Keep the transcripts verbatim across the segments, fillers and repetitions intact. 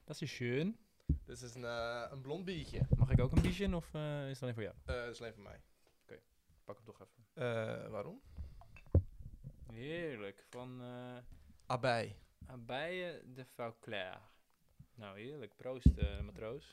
Dat is schön. Dit is een, uh, een blond biertje. Mag ik ook een biertje of uh, is het alleen voor jou? Uh, dat is alleen voor mij. Oké, okay. Pak hem toch even. Uh, waarom? Heerlijk. Van uh, Abij. Abije de Vauclair. Nou, heerlijk. Proost, uh, matroos.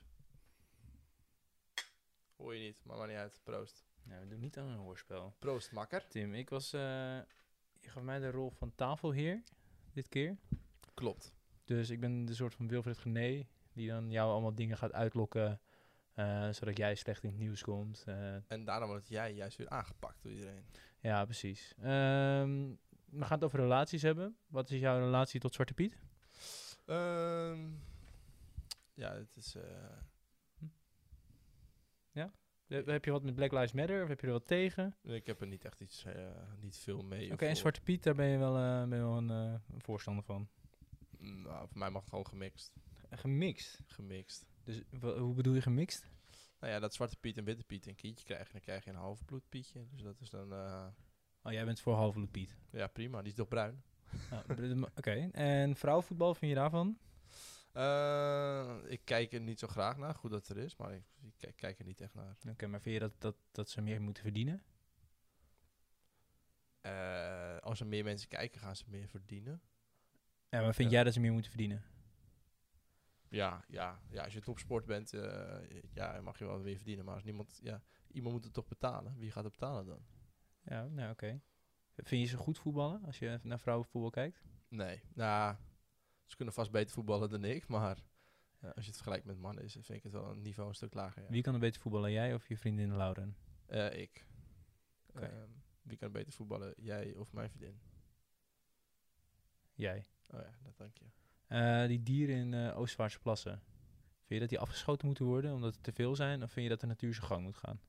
Hoor je niet, maar maakt niet uit. Proost. Nou, we doen niet aan een hoorspel. Proost, makker. Tim, ik was... Uh, je gaf mij de rol van tafelheer dit keer. Klopt. Dus ik ben de soort van Wilfred Gené die dan jou allemaal dingen gaat uitlokken, uh, zodat jij slecht in het nieuws komt. Uh. En daarna wordt jij juist weer aangepakt door iedereen. Ja, precies. Um, we gaan het over relaties hebben. Wat is jouw relatie tot Zwarte Piet? Um, ja, het is... Uh... Hm? Ja? Heb je wat met Black Lives Matter of heb je er wat tegen? Ik heb er niet echt iets, uh, niet veel mee. Oké, okay, en Zwarte Piet, daar ben je wel, uh, ben je wel een, uh, een voorstander van? Nou, voor mij mag het gewoon gemixt. Gemixt? Gemixt. Dus w- hoe bedoel je gemixt? Nou ja, dat Zwarte Piet en Witte Piet een kindje krijgen. Dan krijg je een halfbloed Pietje. Dus dat is dan... Uh... Oh, jij bent voor halfbloed Piet? Ja, prima. Die is toch bruin? Oh, Oké. Okay. En vrouwenvoetbal, vind je daarvan? Uh, ik kijk er niet zo graag naar. Goed dat het er is, maar ik, ik kijk, kijk er niet echt naar. Oké, okay, maar vind je dat, dat, dat ze meer moeten verdienen? Uh, als er meer mensen kijken, gaan ze meer verdienen. Ja, maar vind ja. jij dat ze meer moeten verdienen? Ja, ja, ja, als je topsport bent, uh, ja, mag je wel weer verdienen. Maar als niemand, ja, iemand moet het toch betalen. Wie gaat het betalen dan? Ja, nou oké. Okay. Vind je ze goed voetballen als je naar vrouwenvoetbal kijkt? Nee, nou, ze kunnen vast beter voetballen dan ik. Maar ja, als je het vergelijkt met mannen, is, vind ik het wel een niveau een stuk lager. Ja. Wie kan er beter voetballen, jij of je vriendin Lauren? Uh, ik. Okay. Uh, wie kan er beter voetballen, jij of mijn vriendin? Jij. Oh ja, dat dank je. Uh, die dieren in uh, Oostvaartse plassen. Vind je dat die afgeschoten moeten worden omdat het te veel zijn? Of vind je dat de natuur zijn gang moet gaan?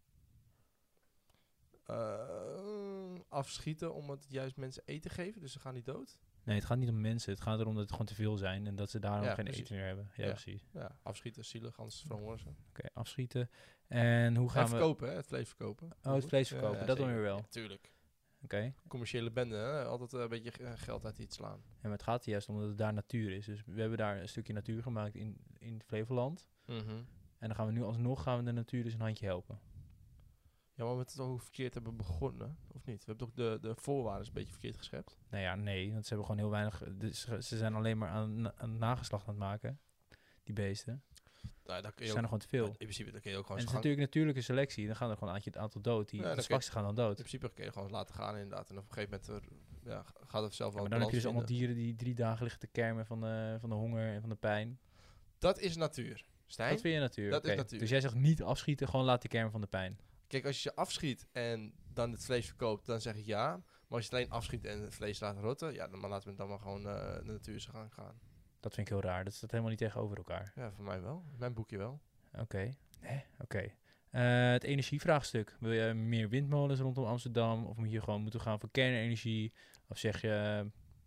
Uh, afschieten om het juist mensen eten geven, dus ze gaan niet dood? Nee, het gaat niet om mensen. Het gaat erom dat het gewoon te veel zijn en dat ze daarom ja, geen precies. eten meer hebben. Ja, ja. precies. Ja, afschieten is zielig, anders verhongeren ze. Oké, okay, afschieten. En hoe gaan en verkopen, we... hè? Het vlees verkopen. Oh, het vlees verkopen, ja, ja, dat doen we wel. Ja, tuurlijk. Oké. Okay. Commerciële bende, hè? Altijd uh, een beetje geld uit iets slaan. Ja, maar het gaat juist om dat het daar natuur is. Dus we hebben daar een stukje natuur gemaakt in, in Flevoland. Mm-hmm. En dan gaan we nu alsnog gaan we de natuur dus een handje helpen. Ja, maar we het toch verkeerd hebben begonnen, of niet? We hebben toch de, de voorwaarden een beetje verkeerd geschept? Nou ja, nee, want ze hebben gewoon heel weinig... Dus ze zijn alleen maar aan, aan nageslacht aan het maken, die beesten. Nou, dat kun je ze zijn er gewoon te veel. In principe dan kun je ook gewoon... En het is natuurlijk natuurlijke selectie. Dan gaan er gewoon een aantal dood. Die, ja, de zwakste gaan dan dood. In principe kun je gewoon laten gaan inderdaad. En op een gegeven moment er, ja, gaat het zelf wel... Ja, maar dan heb je dus allemaal dieren die drie dagen liggen te kermen van de, van de honger en van de pijn. Dat is natuur, Stijn. Dat vind je natuur? Dat okay. is natuur. Dus jij zegt niet afschieten, gewoon laten kermen van de pijn. Kijk, als je je afschiet en dan het vlees verkoopt, dan zeg ik ja. Maar als je het alleen afschiet en het vlees laat rotten, ja, dan laten we dan maar gewoon uh, de natuur zijn gang gaan. Dat vind ik heel raar. Dat staat helemaal niet tegenover elkaar. Ja, voor mij wel. Mijn boekje wel. Oké. Okay. Nee, oké. Okay. Uh, het energievraagstuk. Wil je meer windmolens rondom Amsterdam? Of moet je gewoon moeten gaan voor kernenergie? Of zeg je...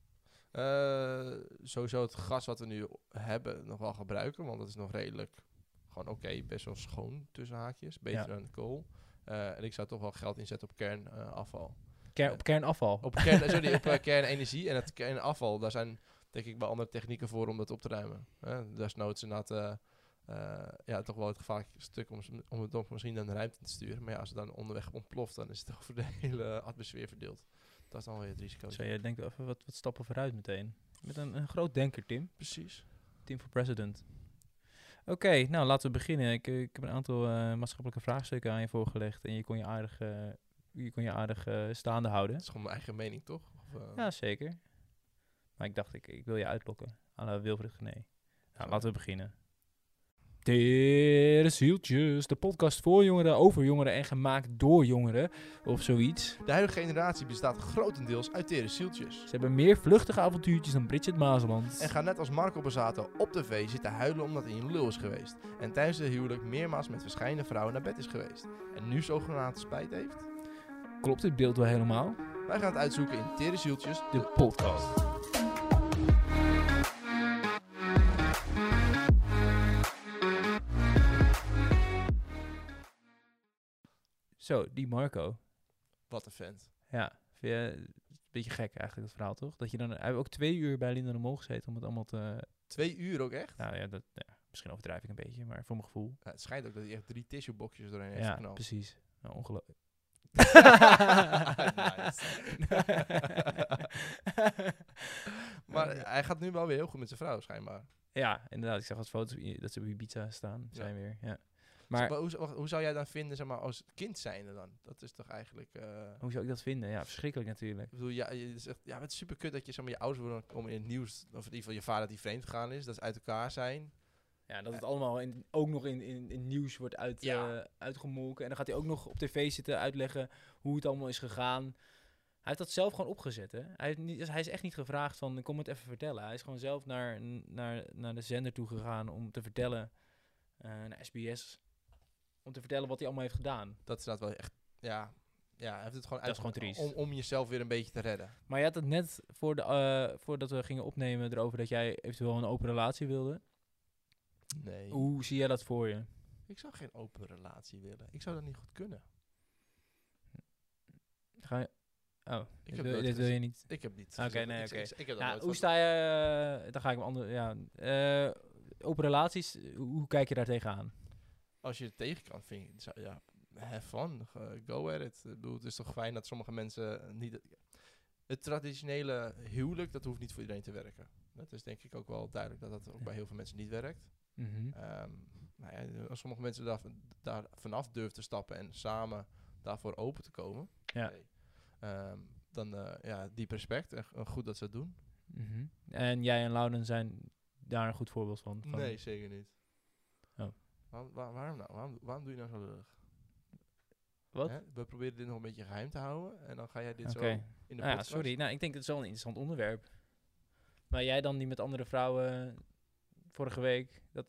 Uh, sowieso het gas wat we nu hebben nog wel gebruiken. Want dat is nog redelijk gewoon oké. Okay, best wel schoon tussen haakjes. Beter ja. dan kool. Uh, en ik zou toch wel geld inzetten op kernafval. Uh, Ker- op kernafval? Op, kern, sorry, op uh, kernenergie. En het kernafval, daar zijn denk ik wel andere technieken voor om dat op te ruimen. Uh, daar is noods inderdaad... Uh, Uh, ja, toch wel het gevaarlijke stuk om, om het toch misschien naar de ruimte te sturen. Maar ja, als het dan onderweg ontploft, dan is het over de hele atmosfeer verdeeld. Dat is dan wel weer het risico. Zo, jij denkt even wat, wat stappen vooruit meteen. Met een, een groot denker, Tim. Precies. Tim for president. Oké, okay, nou laten we beginnen. Ik, ik heb een aantal uh, maatschappelijke vraagstukken aan je voorgelegd. En je kon je aardig, uh, je kon je aardig uh, staande houden. Dat is gewoon mijn eigen mening, toch? Of, uh... Ja, zeker. Maar ik dacht, ik, ik wil je uitlokken. À la Wilfred Gené. Nou, ja. Laten we beginnen. Teresieltjes, de podcast voor jongeren, over jongeren en gemaakt door jongeren, of zoiets. De huidige generatie bestaat grotendeels uit teresieltjes. Ze hebben meer vluchtige avontuurtjes dan Bridget Maasland. En gaan net als Marco Borsato op tv zitten huilen omdat hij een lul is geweest. En tijdens het huwelijk meermaals met verschillende vrouwen naar bed is geweest. En nu zogenaamd spijt heeft. Klopt dit beeld wel helemaal? Wij gaan het uitzoeken in Teresieltjes, de, de podcast. podcast. Zo, die Marco. Wat een vent. Ja, vind je, een beetje gek eigenlijk het verhaal, toch? Dat je dan, hij heeft ook twee uur bij Linda de Mol gezeten om het allemaal te... Twee uur ook echt? Nou ja, dat, ja. Misschien overdrijf ik een beetje, maar voor mijn gevoel. Ja, het schijnt ook dat hij echt drie tissueboxjes doorheen heeft Ja, geknald. precies. Nou, ongelooflijk. Maar hij gaat nu wel weer heel goed met zijn vrouw, schijnbaar. Ja, inderdaad. Ik zag wat foto's i- dat ze op Ibiza staan. Ja. Zijn weer, ja. Maar Maar hoe, hoe zou jij dan vinden, zeg maar, als kind zijnde dan? Dat is toch eigenlijk... eh, hoe zou ik dat vinden? Ja, verschrikkelijk natuurlijk. Ik bedoel, ja, je zegt, ja, het is super kut dat je, zeg maar, je ouders worden komen in het nieuws. Of in ieder geval je vader die vreemd gegaan is. Dat ze uit elkaar zijn. Ja, dat het allemaal in, ook nog in, in, in nieuws wordt uit, Ja. eh, uitgemolken. En dan gaat hij ook nog op tv zitten uitleggen hoe het allemaal is gegaan. Hij heeft dat zelf gewoon opgezet, hè. Hij, heeft niet, dus hij is echt niet gevraagd van, kom het even vertellen. Hij is gewoon zelf naar, naar, naar de zender toe gegaan om te vertellen, uh, naar S B S, om te vertellen wat hij allemaal heeft gedaan. Dat is dat wel echt, ja... Ja, hij heeft het gewoon Dat is uit gewoon triest. om, om jezelf weer een beetje te redden. Maar je had het net, voor de, uh, voordat we gingen opnemen, erover dat jij eventueel een open relatie wilde. Nee. Hoe zie jij dat voor je? Ik zou geen open relatie willen. Ik zou dat niet goed kunnen. Ga je... Oh, Ik dit, heb wil, nooit dit wil je niet. Ik heb niet. Oké, gezegd- nee, ik, oké. ik, ik heb dat Ja, nooit hoe van- sta je... Uh, dan ga ik hem ander... Ja, uh, open relaties, hoe, hoe kijk je daar tegenaan? Als je het tegen kan, vind ik... zou- Ja, have fun. Ge- Go at it. Ik bedoel, het is toch fijn dat sommige mensen niet... Het traditionele huwelijk, dat hoeft niet voor iedereen te werken. Dat is denk ik ook wel duidelijk dat dat ook bij heel veel mensen niet werkt. Mm-hmm. Um, nou ja, als sommige mensen daar, daar vanaf durven te stappen en samen daarvoor open te komen, Ja. nee, um, dan uh, ja, diep respect en uh, goed dat ze het doen. Mm-hmm. En jij en Louden zijn daar een goed voorbeeld van? van Nee, zeker niet. Oh. Waarom, waar, waarom nou? Waarom, waarom doe je nou zo lullig? Wat? Hè? We proberen dit nog een beetje geheim te houden en dan ga jij dit Oké. zo in de Nou ja, podcast. sorry. Nou, ik denk dat het wel een interessant onderwerp. Maar jij dan die met andere vrouwen vorige week, dat...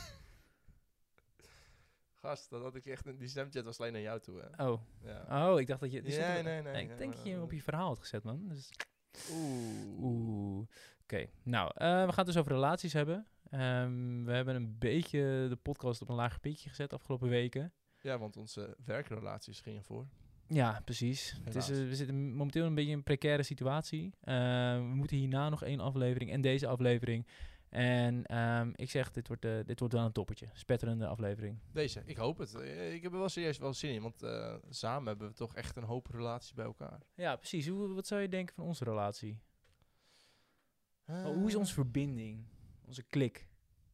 Gast, dat had ik echt in die Snapchat was alleen naar jou toe, hè? Oh. Ja. Oh, ik dacht dat je... dus Nee, dat- nee, nee, Ik nee, denk maar- dat je hem op je verhaal had gezet, man. Dus... Oeh. Oeh. Oké, okay. Nou, uh, we gaan het dus over relaties hebben. Um, we hebben een beetje de podcast op een lager pitje gezet de afgelopen weken. Ja, want onze werkrelaties gingen voor. Ja, precies. Het is, uh, we zitten momenteel een beetje in een precaire situatie. Uh, we moeten hierna nog één aflevering en deze aflevering. En um, ik zeg, dit wordt, uh, dit wordt wel een toppertje. Spetterende aflevering. Deze, ik hoop het. Uh, ik heb er wel serieus wel zin in, want uh, samen hebben we toch echt een hoop relaties bij elkaar. Ja, precies. Hoe, wat zou je denken van onze relatie? Uh, oh, hoe is onze verbinding? Onze klik?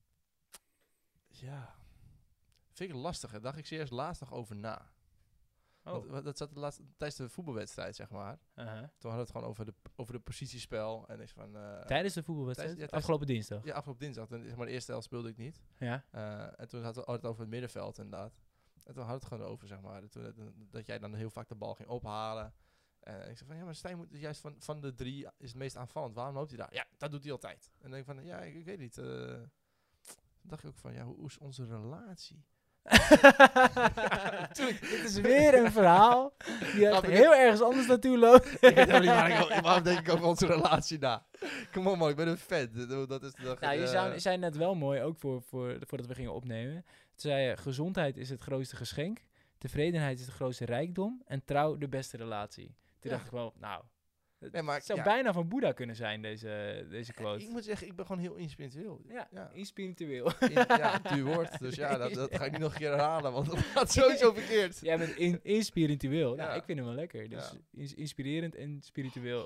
Ja. Vind ik lastig. Daar dacht ik serieus laatst nog over na. Oh. Want, dat zat de laatste, tijdens de voetbalwedstrijd, zeg maar. Uh-huh. Toen hadden we het gewoon over de, over de positiespel. En ik van, uh, tijdens de voetbalwedstrijd? Tijdens, ja, afgelopen dinsdag? Ja, afgelopen dinsdag. En, zeg maar, de eerste helft speelde ik niet. Ja. Uh, en toen hadden we het over het middenveld, inderdaad. En toen hadden we het gewoon over, zeg maar. Toen, dat, dat jij dan heel vaak de bal ging ophalen. En ik zei van, ja, maar Stijn moet juist van, van de drie is het meest aanvallend. Waarom loopt hij daar? Ja, dat doet hij altijd. En dan denk ik van, ja, ik, ik weet niet. Uh, toen dacht ik ook van, ja, hoe, hoe is onze relatie? Ja, dit is weer een verhaal die echt heel ergens anders naartoe loopt. Ik weet helemaal niet waar ik, waarom denk ik over onze relatie na. Kom op man, ik ben een fan. Dat is de, nou, je zei, zei net wel mooi, ook voor, voor, voordat we gingen opnemen. Toen zei je, gezondheid is het grootste geschenk, tevredenheid is de grootste rijkdom en trouw de beste relatie. Toen ja. dacht ik wel, nou, het nee, maar, zou ja. bijna van Boeddha kunnen zijn, deze, deze quote. Ik moet zeggen, ik ben gewoon heel inspiritueel. Ja, ja. inspiritueel. In, ja, duur woord. Dus ja, dat, dat ga ik niet nog een keer herhalen, want dat gaat sowieso verkeerd. Jij bent in, inspiritueel. Ja. Nou, ik vind hem wel lekker. Dus ja. ins- inspirerend en spiritueel.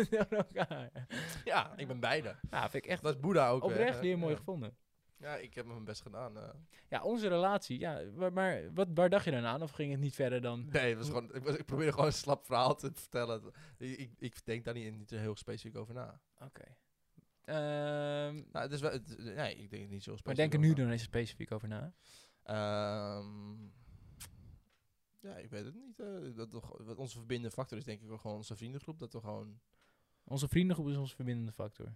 Ja, ik ben beide. Ja, vind ik echt. Dat is Boeddha ook. Oprecht weer, weer mooi ja. gevonden. Ja, ik heb mijn best gedaan. Uh. Ja, onze relatie. Ja, maar, maar wat, waar dacht je dan aan? Of ging het niet verder dan... Nee, het was gewoon, ik, was, ik probeerde gewoon een slap verhaal te vertellen. Ik, ik, ik denk daar niet, niet heel specifiek over na. Oké. Okay. Um, nou, het is wel, het, nee, ik denk niet zo specifiek. Maar denk er nu dan eens specifiek over na? Um, ja, ik weet het niet. Uh, dat, dat, onze verbindende factor is denk ik wel gewoon onze vriendengroep. Dat we gewoon... Onze vriendengroep is onze verbindende factor.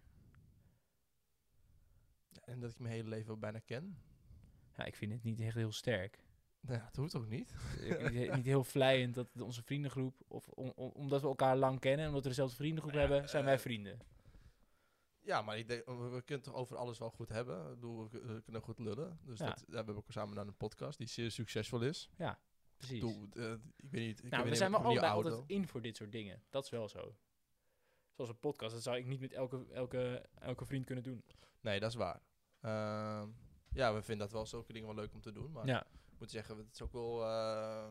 En dat ik mijn hele leven al bijna ken. Ja, ik vind het niet echt heel sterk. Nou, dat hoeft ook niet. niet, niet heel vlijend dat onze vriendengroep... Of om, om, omdat we elkaar lang kennen en omdat we dezelfde vriendengroep ja, hebben, zijn uh, wij vrienden. Ja, maar ik denk, we, we kunnen toch over alles wel goed hebben. Ik bedoel, we, we kunnen goed lullen. Dus ja. dat, ja, we hebben ook samen naar een podcast die zeer succesvol is. Ja, precies. Doe, uh, ik weet niet. Ik nou, weet we zijn wel allebei auto. altijd in voor dit soort dingen. Dat is wel zo. Zoals een podcast, dat zou ik niet met elke, elke, elke vriend kunnen doen. Nee, dat is waar. Uh, ja, we vinden dat wel zulke dingen wel leuk om te doen. Maar Ja. ik moet zeggen, het is ook wel... Uh,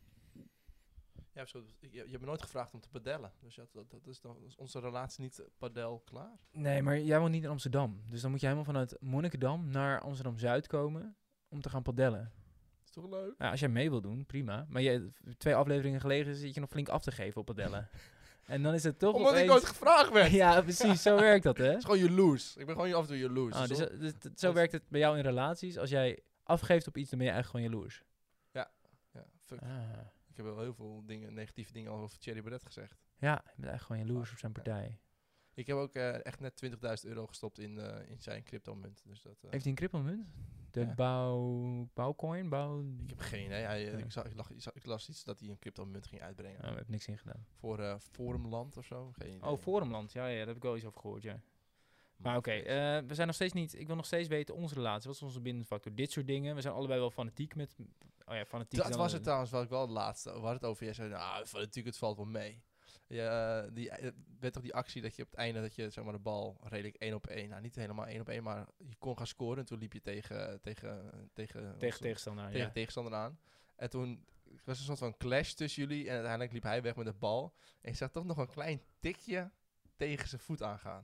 ja, zo, je, je hebt me nooit gevraagd om te padellen. Dus ja, dat, dat is dan is onze relatie niet padel klaar. Nee, maar jij woont niet in Amsterdam. Dus dan moet je helemaal vanuit Monnikendam naar Amsterdam-Zuid komen om te gaan padellen. Is toch leuk? Ja, als jij mee wil doen, prima. Maar je, twee afleveringen geleden zit je nog flink af te geven op padellen. En dan is het toch Omdat opeens... ik nooit gevraagd werd. Ja, precies. Zo werkt dat, hè? Het is gewoon jaloers. Ik ben gewoon af en toe jaloers. Ah, dus, zo. eh, dus, dus zo werkt het bij jou in relaties. Als jij afgeeft op iets, dan ben je eigenlijk gewoon jaloers. Ja, fuck. Ah. Ik heb wel heel veel dingen, negatieve dingen al over Thierry Baudet gezegd. Ja, je bent eigenlijk gewoon jaloers op zijn partij. Ik heb ook uh, echt net twintigduizend euro gestopt in, uh, in zijn cryptomunt. Dus dat, uh, Heeft hij een cryptomunt? De Ja. bouw... Bouwcoin? Bouw... ik heb geen idee. Hij, uh, Ja. ik, zag, ik, lag, ik, zag, ik las iets dat hij een cryptomunt ging uitbrengen. Oh, daar heb ik niks in gedaan. Voor uh, Forumland of zo. Geen idee. Oh, Forumland. Ja, ja, daar heb ik wel iets over gehoord, ja. Maar oké, okay, uh, we zijn nog steeds niet... Ik wil nog steeds weten, onze relatie. Wat is onze bindende factor? Dit soort dingen. We zijn allebei wel fanatiek met... Oh ja, fanatiek. Dat dan was de- het trouwens wel ik wel het laatste. We hadden het over. Jij zei, nou, fanatiek, het valt wel mee. Ja, die, uh, weet toch die actie dat je op het einde dat je zeg maar de bal redelijk één op één, nou niet helemaal één op één, maar je kon gaan scoren en toen liep je tegen tegen tegen Tegen tegenstander, tegen ja. de tegenstander aan. En toen was er een soort van clash tussen jullie en uiteindelijk liep hij weg met de bal en je zag toch nog een klein tikje tegen zijn voet aangaan.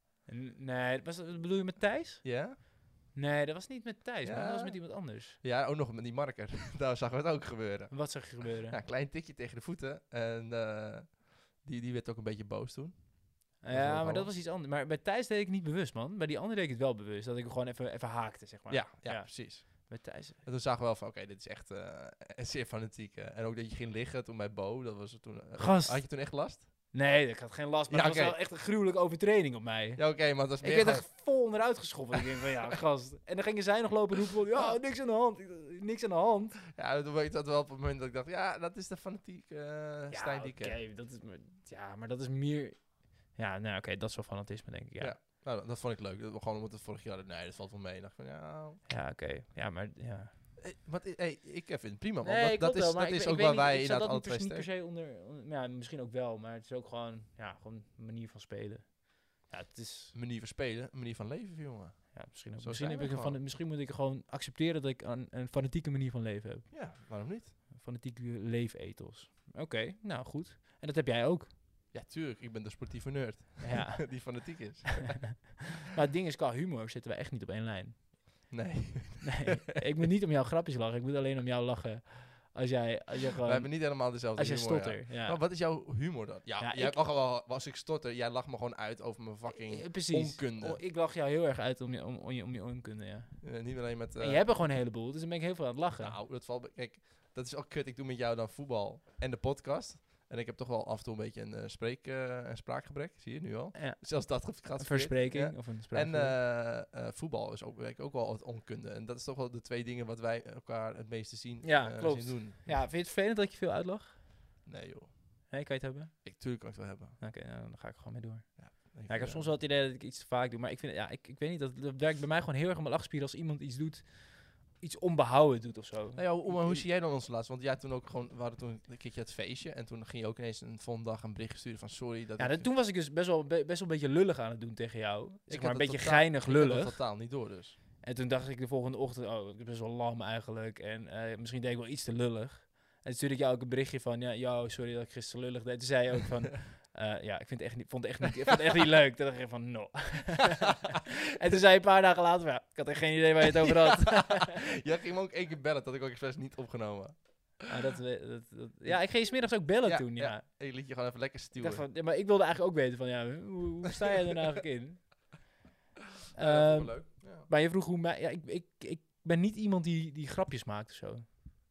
N- Nee, was, dat- bedoel je met Thijs? Ja? Nee, dat was niet met Thijs, maar Ja. dat was met iemand anders. Ja, ook nog met die marker. Daar zagen we het ook gebeuren. Wat zag je gebeuren? Ja, een klein tikje tegen de voeten en uh, die, die werd ook een beetje boos toen. Ja, was wel maar dat alles. was iets anders. Maar bij Thijs deed ik niet bewust, man. Bij die andere deed ik het wel bewust. Dat ik hem gewoon even, even haakte, zeg maar. Ja, ja, Ja. precies. Bij Thijs. En toen zagen we wel van, oké, okay, dit is echt uh, zeer fanatiek. Uh, en ook dat je ging liggen toen bij Bo, dat was het toen... Uh, Gast. Had je toen echt last? Nee, ik had geen last, maar Ja, het was oké. wel echt een gruwelijke overtreding op mij. Ja, oké, okay, maar dat is Ik meer werd gewoon- echt vol onderuit geschoffeld. Ik denk van, ja, gast. En dan gingen zij nog lopen roepen van, ja, niks aan de hand. Ik dacht, niks aan de hand. Ja, toen weet ik dat wel op het moment dat ik dacht, ja, dat is de fanatieke uh, Ja, Stijn oké, Dieke. dat is... maar- Ja, maar dat is meer... Ja, nou oké, dat is wel fanatisme, denk ik, ja. Ja. Ja, Nou, dat, dat vond ik leuk. Dat we gewoon omdat het vorig jaar hadden, nee, dat valt wel mee. Ik dacht van, ja... oké. Ja, maar ja... Hey, wat, i- hey, ik vind het prima, man. Nee, dat ik dat klopt is, wel, maar dat ik, is ik ook weet waar niet, wij ik zou inderdaad dat alle niet, twee per, niet per steken. se onder, onder- ja, misschien ook wel, maar het is ook gewoon, ja, gewoon een manier van spelen. Ja, het is, Een manier van spelen, een manier van leven, jongen. ja, misschien ook, Zo misschien, zijn heb we ik een gewoon. van, misschien moet ik gewoon accepteren dat ik een, een fanatieke manier van leven heb. Ja, waarom niet? Een fanatieke leefethos. Oké, nou goed. En dat heb jij ook. Ja, tuurlijk. Ik ben de sportieve nerd. Ja. Die fanatiek is. Maar het ding is, qua humor zitten we echt niet op één lijn. Nee. Nee, ik moet niet om jouw grapjes lachen, ik moet alleen om jou lachen als jij, als jij We gewoon, hebben niet helemaal dezelfde als jij humor, ja. stotter. Ja. Maar wat is jouw humor dan? Ja, Ja, jij ik- mag wel, als ik stotter, jij lacht me gewoon uit over mijn fucking Eh, Precies. onkunde. Oh, ik lach jou heel erg uit om je, om, om je, om je onkunde, ja. Eh, niet alleen met... En eh, je hebt er gewoon een heleboel, dus dan ben ik heel veel aan het lachen. nou, dat valt... be- Kijk, dat is ook kut. Ik doe met jou dan voetbal en de podcast. En ik heb toch wel af en toe een beetje een, eh, spreek, eh, een spraakgebrek. Zie je nu al. Ja. Zelfs dat gaat Een verkeerd. verspreking Ja. of een En spraakgebrek. eh, eh, voetbal is ook, werk ook wel wat onkunde. En dat is toch wel de twee dingen wat wij elkaar het meeste zien, Ja, eh, klopt. zien doen. Ja, vind je het vervelend dat ik je veel uitlag? Nee joh. Nee, kan je het hebben? Ik, tuurlijk kan ik het wel hebben. Oké, nou, dan ga ik er gewoon mee door. Ik, Ja, ik heb eh, soms wel het idee dat ik iets te vaak doe, maar ik vind, ja, ik, ik weet niet, dat, dat werkt bij mij gewoon heel erg op mijn lachspieren als iemand iets doet, iets onbehouden doet of zo. Nou ja, hoe, hoe zie jij dan ons laatst? Want jij toen ook gewoon, we hadden toen een keertje het feestje. En toen ging je ook ineens een volgende dag een bericht sturen van sorry. Dat Ja, ik, dat, toen was ik dus best wel, be- best wel een beetje lullig aan het doen tegen jou. Zeg had maar een het beetje totaal- geinig Ik had lullig. het totaal niet door dus. En toen dacht ik de volgende ochtend, oh, ik ben best wel lam eigenlijk. En eh, misschien deed ik wel iets te lullig. En toen stuurde ik jou ook een berichtje van, ja, yo, sorry dat ik gisteren lullig deed. Toen zei je ook van, eh, ja, ik vind het echt niet, vond het echt niet, ik vond het echt niet leuk. Toen dacht ik van, no. En toen zei je een paar dagen later, ja, ik had echt geen idee waar je het over had. Jij ging me ook één keer bellen, dat had ik ook expres niet opgenomen. Ah, dat, we- dat, dat, ja, ik ging je 's middags ook bellen toen, ja. Ik liet je gewoon even lekker Ik stuwen. dacht van, ja, maar ik wilde eigenlijk ook weten van, ja, hoe, hoe sta jij er nou eigenlijk in? Ja, dat Ehm, vond ik wel leuk. Ja. Maar je vroeg hoe mij, ja, ik, ik, ik ben niet iemand die, die grapjes maakt of zo.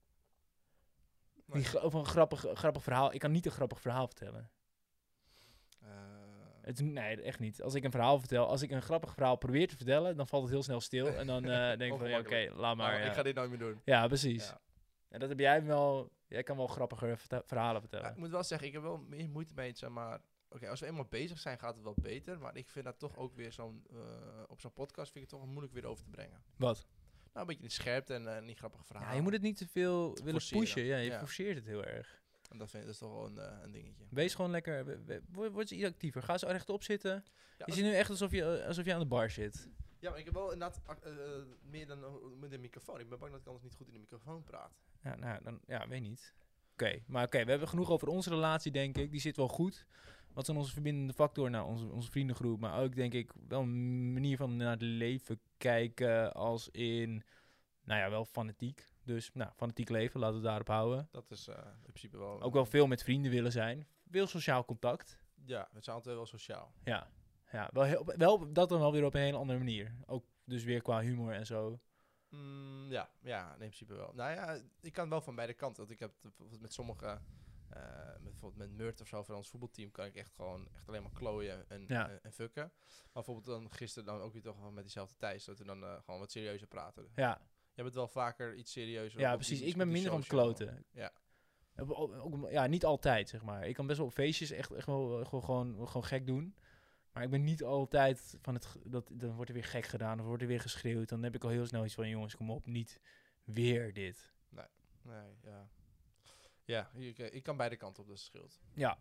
Die, Nee. gra- of een grappig, grappig verhaal. Ik kan niet een grappig verhaal vertellen. Eh, Het, is- nee, echt niet. Als ik een verhaal vertel, als ik een grappig verhaal probeer te vertellen, dan valt het heel snel stil. En dan eh, denk ik van, ja, oké, Ongemakkelijk. laat maar. maar Ja, ik ga dit nooit meer doen. ja precies. Ja. En dat heb jij wel, jij kan wel grappige verta- verhalen Ja, vertellen. ik moet wel zeggen, ik heb wel meer moeite mee, zeg maar... Oké, als we eenmaal bezig zijn, gaat het wel beter. Maar ik vind dat toch ook weer zo'n... eh, op zo'n podcast vind ik het toch wel moeilijk weer over te brengen. Wat? Nou, een beetje de scherpte en eh, niet grappige verhalen. Ja, je moet het niet te veel willen Forceren. pushen. Ja, je Ja. forceert het heel erg. En dat vind ik dat is toch wel een, eh, een dingetje. Wees gewoon lekker, we- we- word, word eens iets actiever. Ga eens rechtop zitten. Ja, je ziet nu echt alsof je, alsof je aan de bar zit. Ja, maar ik heb wel inderdaad ac- eh, meer dan eh, met de microfoon. Ik ben bang dat ik anders niet goed in de microfoon praat. Ja, nou, dan, ja, weet niet. Oké, maar oké, we hebben genoeg over onze relatie, denk ik. Die zit wel goed. Wat zijn onze verbindende factoren? Nou, onze, onze vriendengroep, maar ook, denk ik, wel een manier van naar het leven kijken als in, nou ja, wel fanatiek. Dus, nou, fanatiek leven, laten we het daarop houden. Dat is uh, in principe wel... Ook wel veel met vrienden willen zijn. Veel sociaal contact. Ja, we zijn altijd wel sociaal. Ja, ja wel, heel, wel dat dan wel weer op een hele andere manier. Ook dus weer qua humor en zo. Mm, ja, ja, in principe wel. Nou ja, ik kan wel van beide kanten. Want ik heb bijvoorbeeld met sommige, uh, met, bijvoorbeeld met Murt of zo van ons voetbalteam, kan ik echt gewoon echt alleen maar klooien en, Ja. en, en fucken. Maar bijvoorbeeld dan gisteren dan ook weer toch wel met diezelfde Thijs, dat we dan uh, gewoon wat serieuzer praten. Ja, Jij bent wel vaker iets serieuzer. ja op precies. die- Ik op ben die minder van het social. kloten. Ja. Ook- ook- ook- Ja, niet altijd, zeg maar. Ik kan best wel op feestjes echt, echt wel echt wel gewoon, gewoon gek doen. Maar ik ben niet altijd van het... ge- Dat, dan wordt er weer gek gedaan, of wordt er weer geschreeuwd. Dan heb ik al heel snel iets van, jongens, kom op, niet weer dit. Nee, ja. Ja, ik, ik kan beide kanten op, dat scheelt. Ja.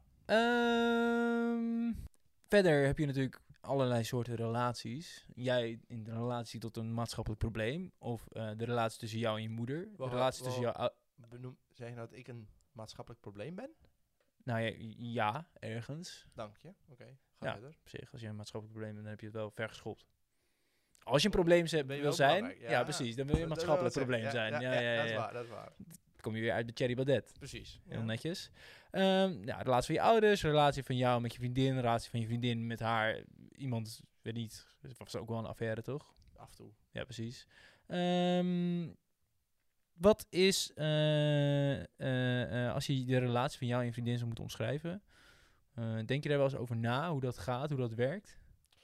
Ehm, verder heb je natuurlijk allerlei soorten relaties. Jij in de relatie tot een maatschappelijk probleem. Of eh, de relatie tussen jou en je moeder. De Wel- relatie wel- tussen jou... ou- Benoem, zeg je nou dat ik een maatschappelijk probleem ben? Nou ja, ja, ergens. Dank je. Oké, ga Ja. verder. Op zich, als je een maatschappelijk probleem hebt, dan heb je het wel ver geschopt. Als je een probleem ze- Ben je wil wel zijn, belangrijk, ja. ja. precies, dan wil je een Dat- dat maatschappelijk wil ik probleem zeggen. zijn. Ja, ja, ja, dat is ja. waar, dat is waar. Dan kom je weer uit de Cherry Baudet. Precies. Heel Ja. netjes. Ehm ja, relatie van je ouders, relatie van jou met je vriendin, relatie van je vriendin met haar. Iemand, weet niet, dat was ook wel een affaire, toch? Af en toe. Ja, precies. Ehm, wat is, eh, eh, eh, als je de relatie van jou en je vriendin zou moeten omschrijven, eh, denk je daar wel eens over na, hoe dat gaat, hoe dat werkt?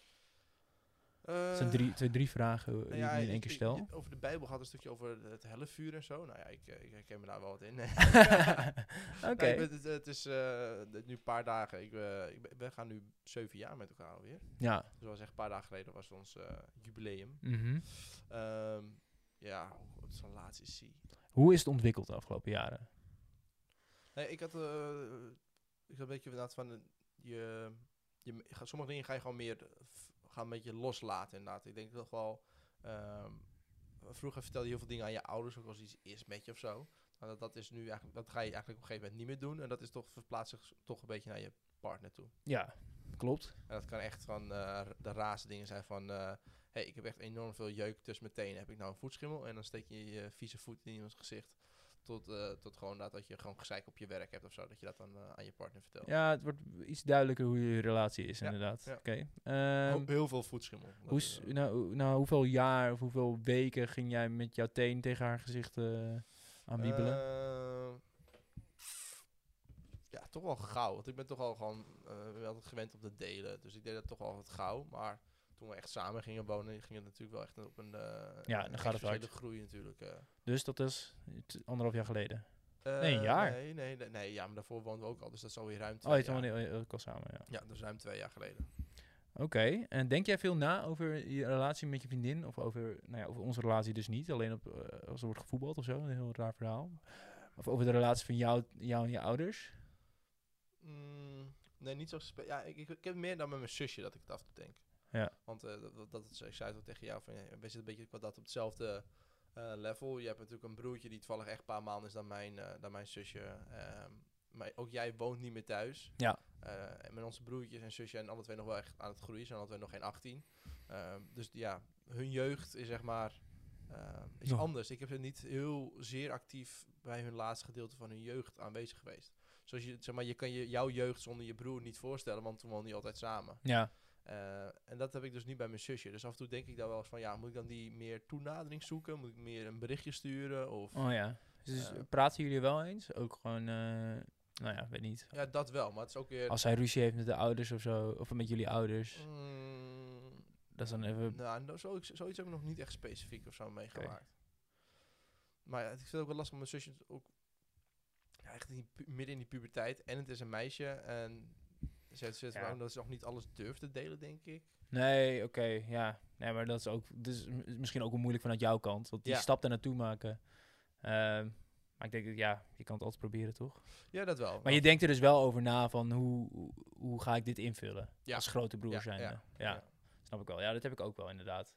Het zijn drie, twee, drie vragen eh, die Nou ja, ik nu in één ik- keer ik- stel. je- over de Bijbel gaat een stukje over het hellevuur en zo. Nou ja, ik, eh, ik herken me daar wel wat in. Oké. Nee, het, het, het is eh, het- nu een paar dagen. Ik, eh, ik ben, we gaan nu zeven jaar met elkaar alweer. Ja. Zoals echt een paar dagen geleden was ons eh, jubileum. Mhm. Ehm, ja, hoe zo'n relatie zie. Hoe is het ontwikkeld de afgelopen jaren? Nee, ik had, eh, ik had een beetje inderdaad van, eh, je, je, m- ga- sommige dingen ga je gewoon meer, eh, f- gaan een beetje loslaten inderdaad. Ik denk toch wel, ehm, vroeger vertelde je heel veel dingen aan je ouders, ook als iets is met je of zo. Maar dat, dat is nu eigenlijk, dat ga je eigenlijk op een gegeven moment niet meer doen. En dat is toch, verplaatst zich toch een beetje naar je partner toe. Ja, klopt. En dat kan echt van eh, r- de raarste dingen zijn van, eh hey, ik heb echt enorm veel jeuk tussen mijn tenen. Heb ik nou een voetschimmel? En dan steek je je vieze voet in iemands gezicht. Tot, eh, tot gewoon dat, dat je gewoon gezeik op je werk hebt of zo. Dat je dat dan eh, aan je partner vertelt. Ja, het wordt iets duidelijker hoe je relatie is, Ja, inderdaad. ja. Oké. Heel- Ehm, heel veel voetschimmel. Dat hoe is, is, eh, nou, hoe- nou, hoeveel jaar of hoeveel weken ging jij met jouw teen tegen haar gezicht eh aan wiebelen? eh, ja, toch wel gauw. Want ik ben toch al gewoon eh, ben altijd gewend om te delen. Dus ik deed dat toch wel wat gauw. Maar toen we echt samen gingen wonen, ging het natuurlijk wel echt op een uh, Ja, dan gaat het hard. groei natuurlijk. eh. Dus dat is t- anderhalf jaar geleden. Eh, Nee, een jaar. Nee, nee, nee, nee, ja, maar daarvoor woonden we ook al. Dus dat is alweer ruim Oh, twee je jaar. woonde oh, ook al samen, ja. Ja, dat is ruim twee jaar geleden. Oké, en denk jij veel na over je relatie met je vriendin? Of over, nou ja, over onze relatie dus niet, alleen op, eh, als er wordt gevoetbald of zo, een heel raar verhaal. Of over de relatie van jou, jou en je ouders? Mm, nee, niet zo spe- Ja, ik, ik, ik heb meer dan met mijn zusje dat ik het af en toe denk. Ja. Want eh, dat, dat, dat is, ik zei het ook tegen jou, van, ja, we zitten een beetje wat dat op hetzelfde eh, level. Je hebt natuurlijk een broertje die toevallig echt een paar maanden is dan mijn, eh, dan mijn zusje. Ehm, maar ook jij woont niet meer thuis. Ja. Eh, en met onze broertjes en zusje en alle twee nog wel echt aan het groeien. Zijn alle twee nog geen achttien. Ehm, dus ja, hun jeugd is zeg maar uh, is Nog. anders. Ik heb ze niet heel zeer actief bij hun laatste gedeelte van hun jeugd aanwezig geweest. Zoals je, zeg maar, je kan je, jouw jeugd zonder je broer niet voorstellen, want toen woonden die altijd samen. Ja. Uh, en dat heb ik dus niet bij mijn zusje. Dus af en toe denk ik daar wel eens van, ja, moet ik dan die meer toenadering zoeken? Moet ik meer een berichtje sturen? Of, Oh ja. Dus Ja. praten jullie wel eens? Ook gewoon, eh, nou ja, weet niet. ja, dat wel, maar het is ook weer... Als hij ruzie heeft met de ouders of zo, of met jullie ouders, Mm, dat is dan even... nou, no, zoiets, zoiets heb ik nog niet echt specifiek of zo meegemaakt. Maar ja, ik vind het ook wel lastig, want mijn zusje is ook ja, echt in die pu- midden in die puberteit. En het is een meisje. En ze heeft ze Ja. ook dat ze nog niet alles durft te delen, denk ik. Nee, oké, ja. Nee, maar dat is ook, dus misschien ook wel moeilijk vanuit jouw kant, want die Ja. stap daar naartoe maken. Ehm, maar ik denk, dat, ja, je kan het altijd proberen, toch? Ja, dat wel. Maar je denkt er dus wel over na van, hoe, hoe, hoe ga ik dit invullen? Ja. Als grote broer Ja, zijnde. ja, Ja, ja. snap ik wel. Ja, dat heb ik ook wel, inderdaad.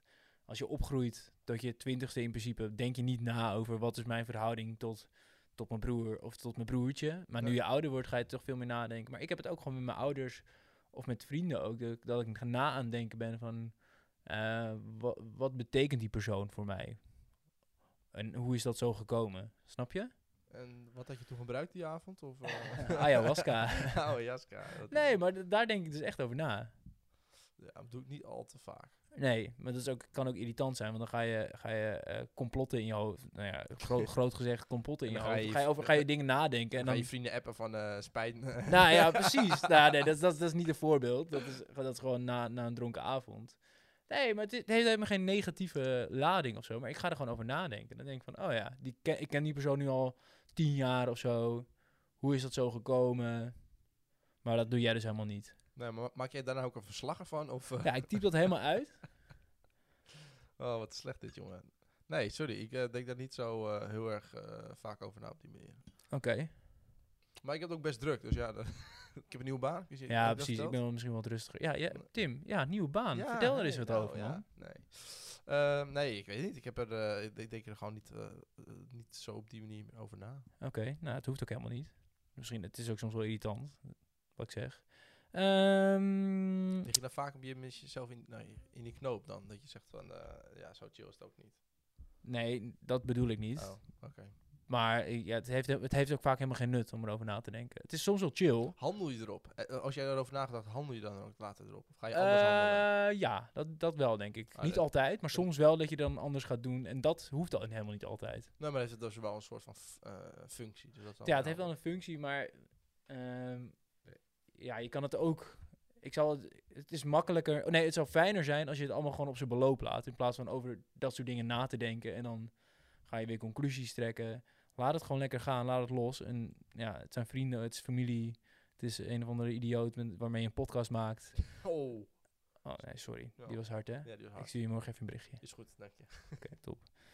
als je opgroeit tot je twintigste in principe, denk je niet na over wat is mijn verhouding tot, tot mijn broer of tot mijn broertje. Maar nu Nee. je ouder wordt, ga je toch veel meer nadenken. Maar ik heb het ook gewoon met mijn ouders of met vrienden ook, dat, ik- dat ik na aan het denken ben van, eh, wat, wat betekent die persoon voor mij? En hoe is dat zo gekomen? Snap je? En wat had je toen gebruikt die avond? Of, eh? Ayahuasca. Ayahuasca. dat- Nee, maar d- daar denk ik dus echt over na. Ja, dat doe ik niet al te vaak. Nee, maar dat is ook, kan ook irritant zijn, want dan ga je, ga je eh, complotten in je hoofd. Nou ja, gro- groot gezegd, complotten in En je dan ga hoofd. je Ga je, over, ga je dingen nadenken. En En dan dan, je vrienden appen van eh spijt me. nou ja, precies. Nou, nee, dat, is- dat, is- dat is niet een voorbeeld. Dat is, dat is gewoon na, na een dronken avond. Nee, maar het, is- het heeft helemaal geen negatieve lading of zo. Maar ik ga er gewoon over nadenken. Dan denk ik van, oh ja, die ken, ik ken die persoon nu al tien jaar of zo. Hoe is dat zo gekomen? Maar dat doe jij dus helemaal niet. Nee, maar maak jij daar nou ook een verslag ervan? Of, eh? Ja, ik typ dat helemaal uit. Oh, wat slecht dit, jongen. Nee, sorry. Ik eh, denk daar niet zo eh, heel erg eh, vaak over na op die manier. Oké. Maar ik heb het ook best druk, dus ja. dat- ik heb een nieuwe baan. Is je- heb Ja, ik dat precies. Ik verteld? ben wel misschien wat rustiger. Ja, ja, Tim, ja, nieuwe baan. Ja, Vertel er nee, eens wat nou, over, ja, man. Nee. Eh, nee, ik weet niet. Ik heb er, eh, ik ik denk er gewoon niet, eh, eh, niet zo op die manier over na. Oké, nou, het hoeft ook helemaal niet. Misschien, het is ook soms wel irritant, wat ik zeg. Ehm, Lig je dan vaak op je met jezelf in, nee, in die knoop dan? Dat je zegt van, eh, ja, zo chill is het ook niet. nee, dat bedoel ik niet. Oh, oké. Maar eh, ja, het, heeft, het heeft ook vaak helemaal geen nut om erover na te denken. Het is soms wel chill. Handel je erop? Eh, als jij erover nagedacht, handel je dan ook later erop? Of ga je anders handelen? Eh, ja, dat, dat wel, denk ik. Ah, niet dat- altijd, maar soms wel dat je dan anders gaat doen. En dat hoeft dan helemaal niet altijd. Nee, maar heeft het dus wel een soort van f- eh, functie. Dus dat is dan Ja, het heeft wel- wel een functie, maar ehm, ja, je kan het ook. Ik zal het, het is makkelijker. oh nee, het zou fijner zijn als je het allemaal gewoon op zijn beloop laat. In plaats van over dat soort dingen na te denken. En dan ga je weer conclusies trekken. Laat het gewoon lekker gaan, laat het los. En ja, het zijn vrienden, het is familie. Het is een of andere idioot met, waarmee je een podcast maakt. Oh, Oh nee, sorry. Ja. Die was hard, hè? ja, die was Ik hard. stuur je morgen even een berichtje. Is goed, dank je. Oké, top.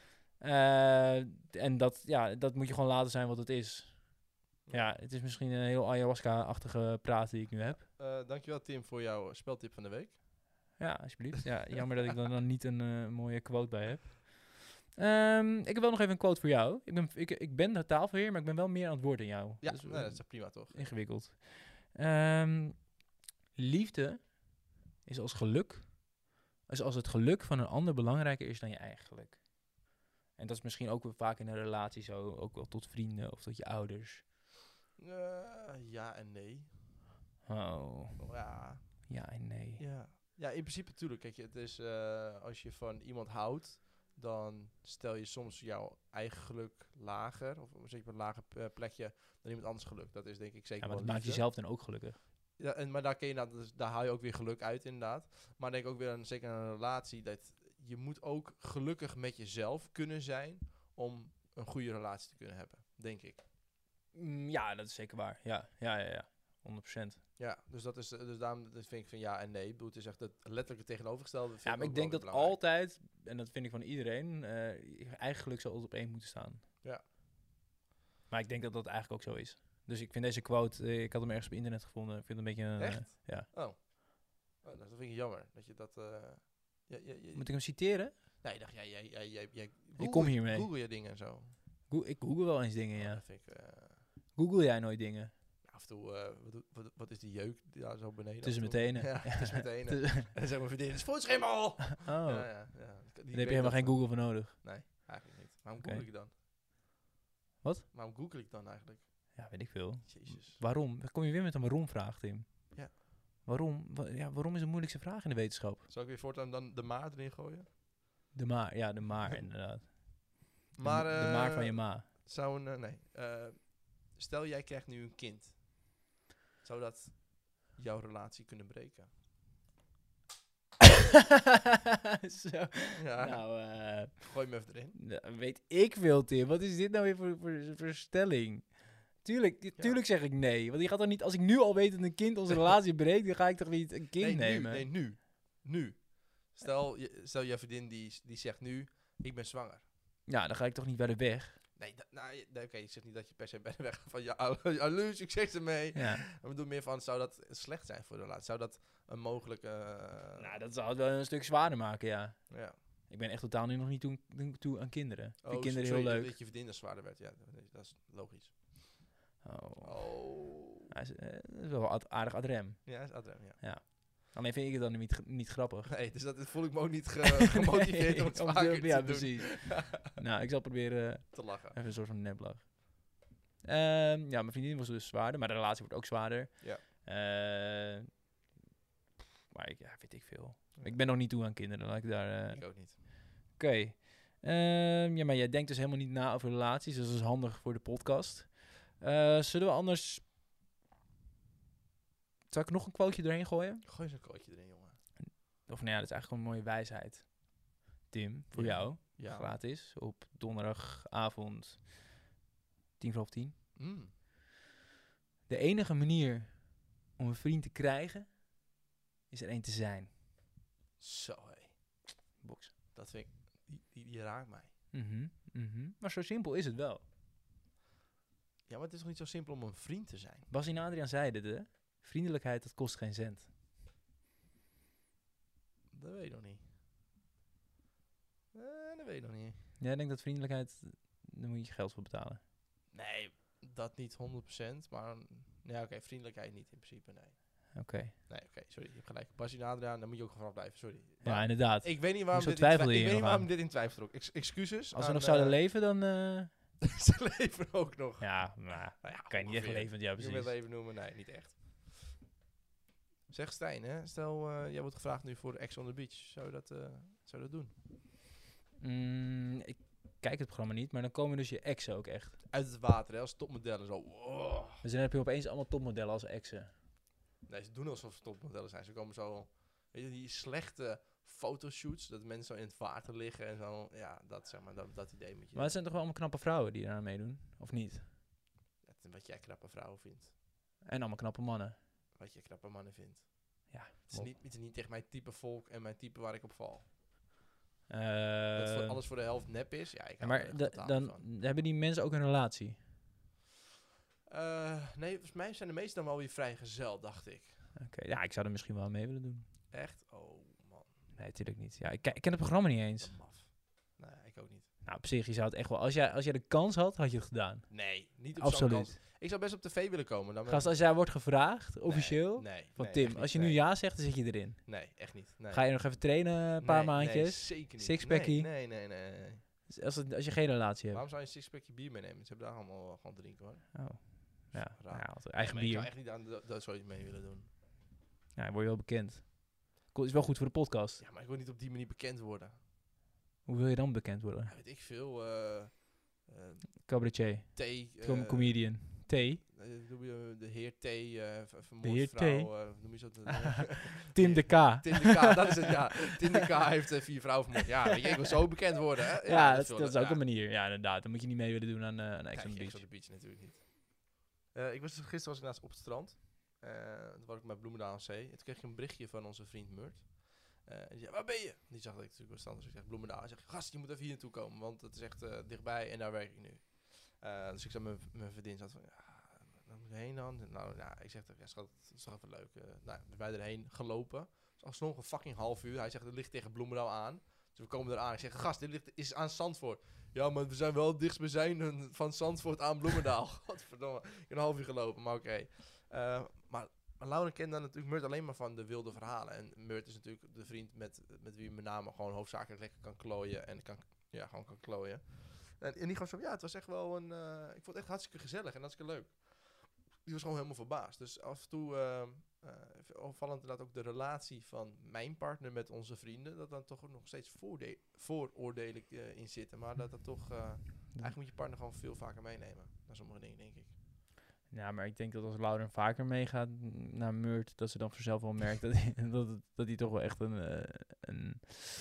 Eh, en dat, ja, dat moet je gewoon laten zijn wat het is. Ja, het is misschien een heel ayahuasca-achtige praat die ik nu heb. Eh, dankjewel Tim voor jouw speltip van de week. Ja, alsjeblieft. Ja, jammer dat ik er dan niet een eh, mooie quote bij heb. Ehm, ik heb wel nog even een quote voor jou. Ik ben, ik, ik ben de tafelheer, maar ik ben wel meer aan het woord dan jou. Ja, Dat is, nee, dat is prima toch? ingewikkeld. Ehm, liefde is als geluk, is als het geluk van een ander belangrijker is dan je eigen geluk. En dat is misschien ook wel vaak in een relatie zo, ook wel tot vrienden of tot je ouders. Eh, ja en nee. Oh, Oh, ja. ja en nee. Ja. Ja, in principe natuurlijk. Kijk, het is eh, als je van iemand houdt, dan stel je soms jouw eigen geluk lager. Of zet je op een lager eh, plekje dan iemand anders geluk. Dat is denk ik zeker Ja, maar wel dat maakt liefde. jezelf dan ook gelukkig. Ja, en, maar daar, kun je, nou, dus, daar haal je ook weer geluk uit inderdaad. Maar denk ook weer aan, zeker aan een relatie, dat je moet ook gelukkig met jezelf kunnen zijn om een goede relatie te kunnen hebben, denk ik. Mm, ja, dat is zeker waar. Ja, ja, ja, ja. honderd procent. Ja, dus dat is, dus daarom dat vind ik van ja en nee. Ik bedoel, het is echt het letterlijke tegenovergestelde. vind Ja, ik maar ook ik denk wel dat weer belangrijk. altijd, en dat vind ik van iedereen, eh, je eigen geluk zal altijd op één moeten staan. Ja. Maar ik denk dat dat eigenlijk ook zo is. Dus ik vind deze quote, eh, ik had hem ergens op internet gevonden. Ik vind het een beetje een... eh, Echt? ja. Oh. Oh, dat vind ik jammer. Dat je dat... eh ja, ja, ja, Moet ik hem citeren? nee, ik dacht, jij, jij, jij, jij, jij Ik kom hiermee. Google je dingen en zo. Go- ik google wel eens dingen, Oh, ja. dat vind ik... eh, Google jij nooit dingen? af en toe, eh, wat, doet- wat, wat is die jeuk daar zo beneden? Tussen Af en mijn toe- tenen. Ja, tussen mijn tenen. Dus- En dan zeg maar vriendin, het is voetschimmel! oh, Ja, ja, ja. Die daar heb weet je helemaal dat geen dan. Google voor nodig. Nee, eigenlijk niet. Waarom Oké. google ik dan? Wat? Waarom google ik dan eigenlijk? Ja, weet ik veel. Jezus. Waarom? Dan kom je weer met een waarom-vraag, Tim. Ja. Waarom? Wa- ja, waarom is een moeilijkste vraag in de wetenschap? Zal ik weer voortaan dan de maar erin gooien? De maar, ja, de maar inderdaad. De Maar, ma- de maar van eh, je ma. Zou een, eh, nee. Eh, stel jij krijgt nu een kind. Zou dat jouw relatie kunnen breken? Zo. Ja, Nou, eh, gooi me even erin. nou, weet ik veel, Tim. Wat is dit nou weer voor, voor, voor stelling? Tuurlijk, tuurlijk zeg ik nee. Want je gaat toch niet, als ik nu al weet dat een kind onze relatie breekt, dan ga ik toch niet een kind nee, nemen? Nu, nee, nu. Nu. Stel, je, stel je vriendin die, die zegt nu, ik ben zwanger. Ja, dan ga ik toch niet bij de weg? Nee, da- nou, je- nee, oké, ik zeg niet dat je per se bij de weg gaat van, ja, hallo, hallo, succes ermee. Ja. Maar ik bedoel meer van, zou dat slecht zijn voor de relatie? Zou dat een mogelijke... eh, Nou, dat zou het wel een stuk zwaarder maken, ja. ja. Ik Ik ben echt totaal nu nog niet toe, toe aan kinderen. Ik vind Oh, kinderen sorry, heel leuk. dat je vriendin zwaarder werd. Ja, nee, dat is logisch. Oh. Oh. Hij is, uh, is wel ad- aardig ad rem. Ja, is adrem, ja. Alleen vind ik het dan niet, g- niet grappig. Nee, dus dat voel ik me ook niet ge- gemotiveerd Nee, om het om vaker te- te ja, doen. precies. Nou, ik zal proberen Te lachen. even een soort van neplach. Ehm ja, mijn vriendin was dus zwaarder, maar de relatie wordt ook zwaarder. Ja. Eh, maar ik, ja, weet ik veel. Ja. Ik ben nog niet toe aan kinderen, laat ik daar... eh, Ik ook niet. Oké. Ehm, ja, maar jij denkt dus helemaal niet na over relaties, dus dat is handig voor de podcast. Eh, zullen we anders... Zal ik nog een quoteje doorheen gooien? Gooi eens een kootje erin, jongen. Of nou ja, dat is eigenlijk gewoon een mooie wijsheid. Tim, voor Ja. jou. Ja. Gratis. Op donderdagavond tien voor half tien. Mm. De enige manier om een vriend te krijgen, is er één te zijn. Zo, hé. Box. Dat vind ik... Die, die, die raakt mij. Mhm, mhm. Maar zo simpel is het wel. Ja, maar het is toch niet zo simpel om een vriend te zijn? Bas en Adriaan zeiden het, hè? Vriendelijkheid, dat kost geen cent. Dat weet ik nog niet. Eh, dat weet ik nog niet. Jij denkt dat vriendelijkheid, daar moet je geld voor betalen. Nee, dat niet honderd procent. Maar ja, oké, vriendelijkheid niet in principe, nee. Oké. Nee, oké, sorry, je hebt gelijk. Basje en Adriaan, daar moet je ook vanaf blijven, sorry. Ja, Maar inderdaad. ik weet niet waarom Hoezo dit in, twijfelde twi- je ik weet niet nog waarom aan? dit in twijfel trok. Ex- excuses. Als we aan, nog zouden eh, leven, dan... eh, ze leven ook nog. ja, maar Nou ja, kan je niet echt ongeveer. levend, ja Je moet precies. het even noemen, nee, niet echt. Zeg Stijn, hè? Stel, eh, jij wordt gevraagd nu voor Ex on the Beach. Zou je dat, eh, zou je dat doen? Mm, ik kijk het programma niet, maar dan komen dus je exen ook echt. Uit het water, hè? Als topmodellen zo. Wow. Dus dan heb je opeens allemaal topmodellen als exen. Nee, ze doen alsof ze topmodellen zijn. Ze komen zo... Weet je, die slechte fotoshoots, dat mensen zo in het water liggen en zo. Ja, dat zeg maar, dat, dat idee moet je... Maar het zijn toch wel allemaal knappe vrouwen die eraan meedoen? Of niet? Dat- wat jij knappe vrouwen vindt. En allemaal knappe mannen. Wat jij knappe mannen vindt. Ja. Het is, niet, het is niet echt mijn type volk en mijn type waar ik op val. Eh, dat voor, alles voor de helft nep is. Ja, ik ja, hou er maar echt da- totaal dan niet van. hebben die mensen ook een relatie. Eh, nee, volgens mij zijn de meesten dan wel weer vrijgezel, dacht ik. Oké, ja, ik zou er misschien wel mee willen doen. Echt? Oh, man. Nee, natuurlijk niet. Ja, ik, ke- ik ken het programma niet eens. Wat maf. Nee, ik ook niet. Nou, op zich, je zou het echt wel... Als jij, als jij de kans had, had je het gedaan. Nee, niet op zo'n kans. Absoluut. Ik zou best op tv willen komen. Dan Gast, als jij wordt gevraagd, Nee, officieel, Nee, van nee, Tim, echt niet. als je nee. nu ja zegt, dan zit je erin. Nee, echt niet. Nee. Ga je nog even trainen, een paar Nee, maandjes? Nee, zeker niet. Sixpackie? Nee, nee, nee, nee, nee. Dus Als, het, als je geen relatie hebt. Waarom zou je een sixpackje bier meenemen? Ze hebben daar allemaal wel gewoon drinken, hoor. Oh. Ja, Raar. nou ja, altijd Nee, eigen maar ik bier. zou echt niet aan dat, dat zoiets mee willen doen. Ja, dan word je wel bekend. Cool, is wel goed voor de podcast. Ja, maar ik wil niet op die manier bekend worden. Hoe wil je dan bekend worden? Ja, weet ik veel. eh eh Cabaretier. thee. Com- eh, comedian. T. eh, noem je de heer T. eh v- vermoord heer vrouw, T? eh, noem je zo? Tim de K. Tim de K, dat is het, ja. Tim de K heeft eh, vier vrouwen vermoord. Ja, weet je, ik wil zo bekend worden, hè. Ja, dat, wil dat is ik, ook ja. een manier. Ja, inderdaad. Dan moet je niet mee willen doen aan, uh, aan Ex on the Kijk, Ex Beach. on the Beach natuurlijk niet. Eh, ik was, dus- gisteren was ik naast op het strand. Eh toen was ik bij Bloemendaal aan Zee. En toen kreeg ik een berichtje van onze vriend Murt. Eh, en die zei, waar ben je? Die zag dat ik natuurlijk was strand. Dus ik zeg, Bloemendaal. Hij zegt, gast, je moet even hier naartoe komen. Want het is echt eh, dichtbij en daar werk ik nu. Eh, dus ik zei, mijn mijn vriendin zat van, ja, waar moet je heen dan? Nou, ja, ik zeg, ja, schat, het is toch even leuk. Uh, nou, dus wij erheen gelopen. Dus alsnog een fucking half uur. Hij zegt, het ligt tegen Bloemendaal aan. Dus we komen eraan. Ik zeg, gast, dit ligt, is aan Zandvoort. Ja, maar we zijn wel het dichtstbijzijnde van Zandvoort aan Bloemendaal. Godverdomme. Ik heb een half uur gelopen, maar oké. Okay. Uh, maar, maar Lauren kent dan natuurlijk Murt alleen maar van de wilde verhalen. En Murt is natuurlijk de vriend met, met wie met name gewoon hoofdzakelijk lekker kan klooien. En kan, ja, gewoon kan klooien. En, en die gaf zo, ja, het was echt wel een... Uh, ik vond het echt hartstikke gezellig en hartstikke leuk. Die was gewoon helemaal verbaasd. Dus af en toe... Uh, uh, opvallend inderdaad ook de relatie van mijn partner met onze vrienden. Dat dan toch nog steeds voorde- vooroordelen uh, in zitten. Maar dat dat toch... Uh, eigenlijk moet je partner gewoon veel vaker meenemen. Naar sommige dingen, denk ik. Ja, maar ik denk dat als Lauren vaker meegaat naar Murt, dat ze dan vanzelf wel merkt dat hij dat, dat hij toch wel echt een, uh, een,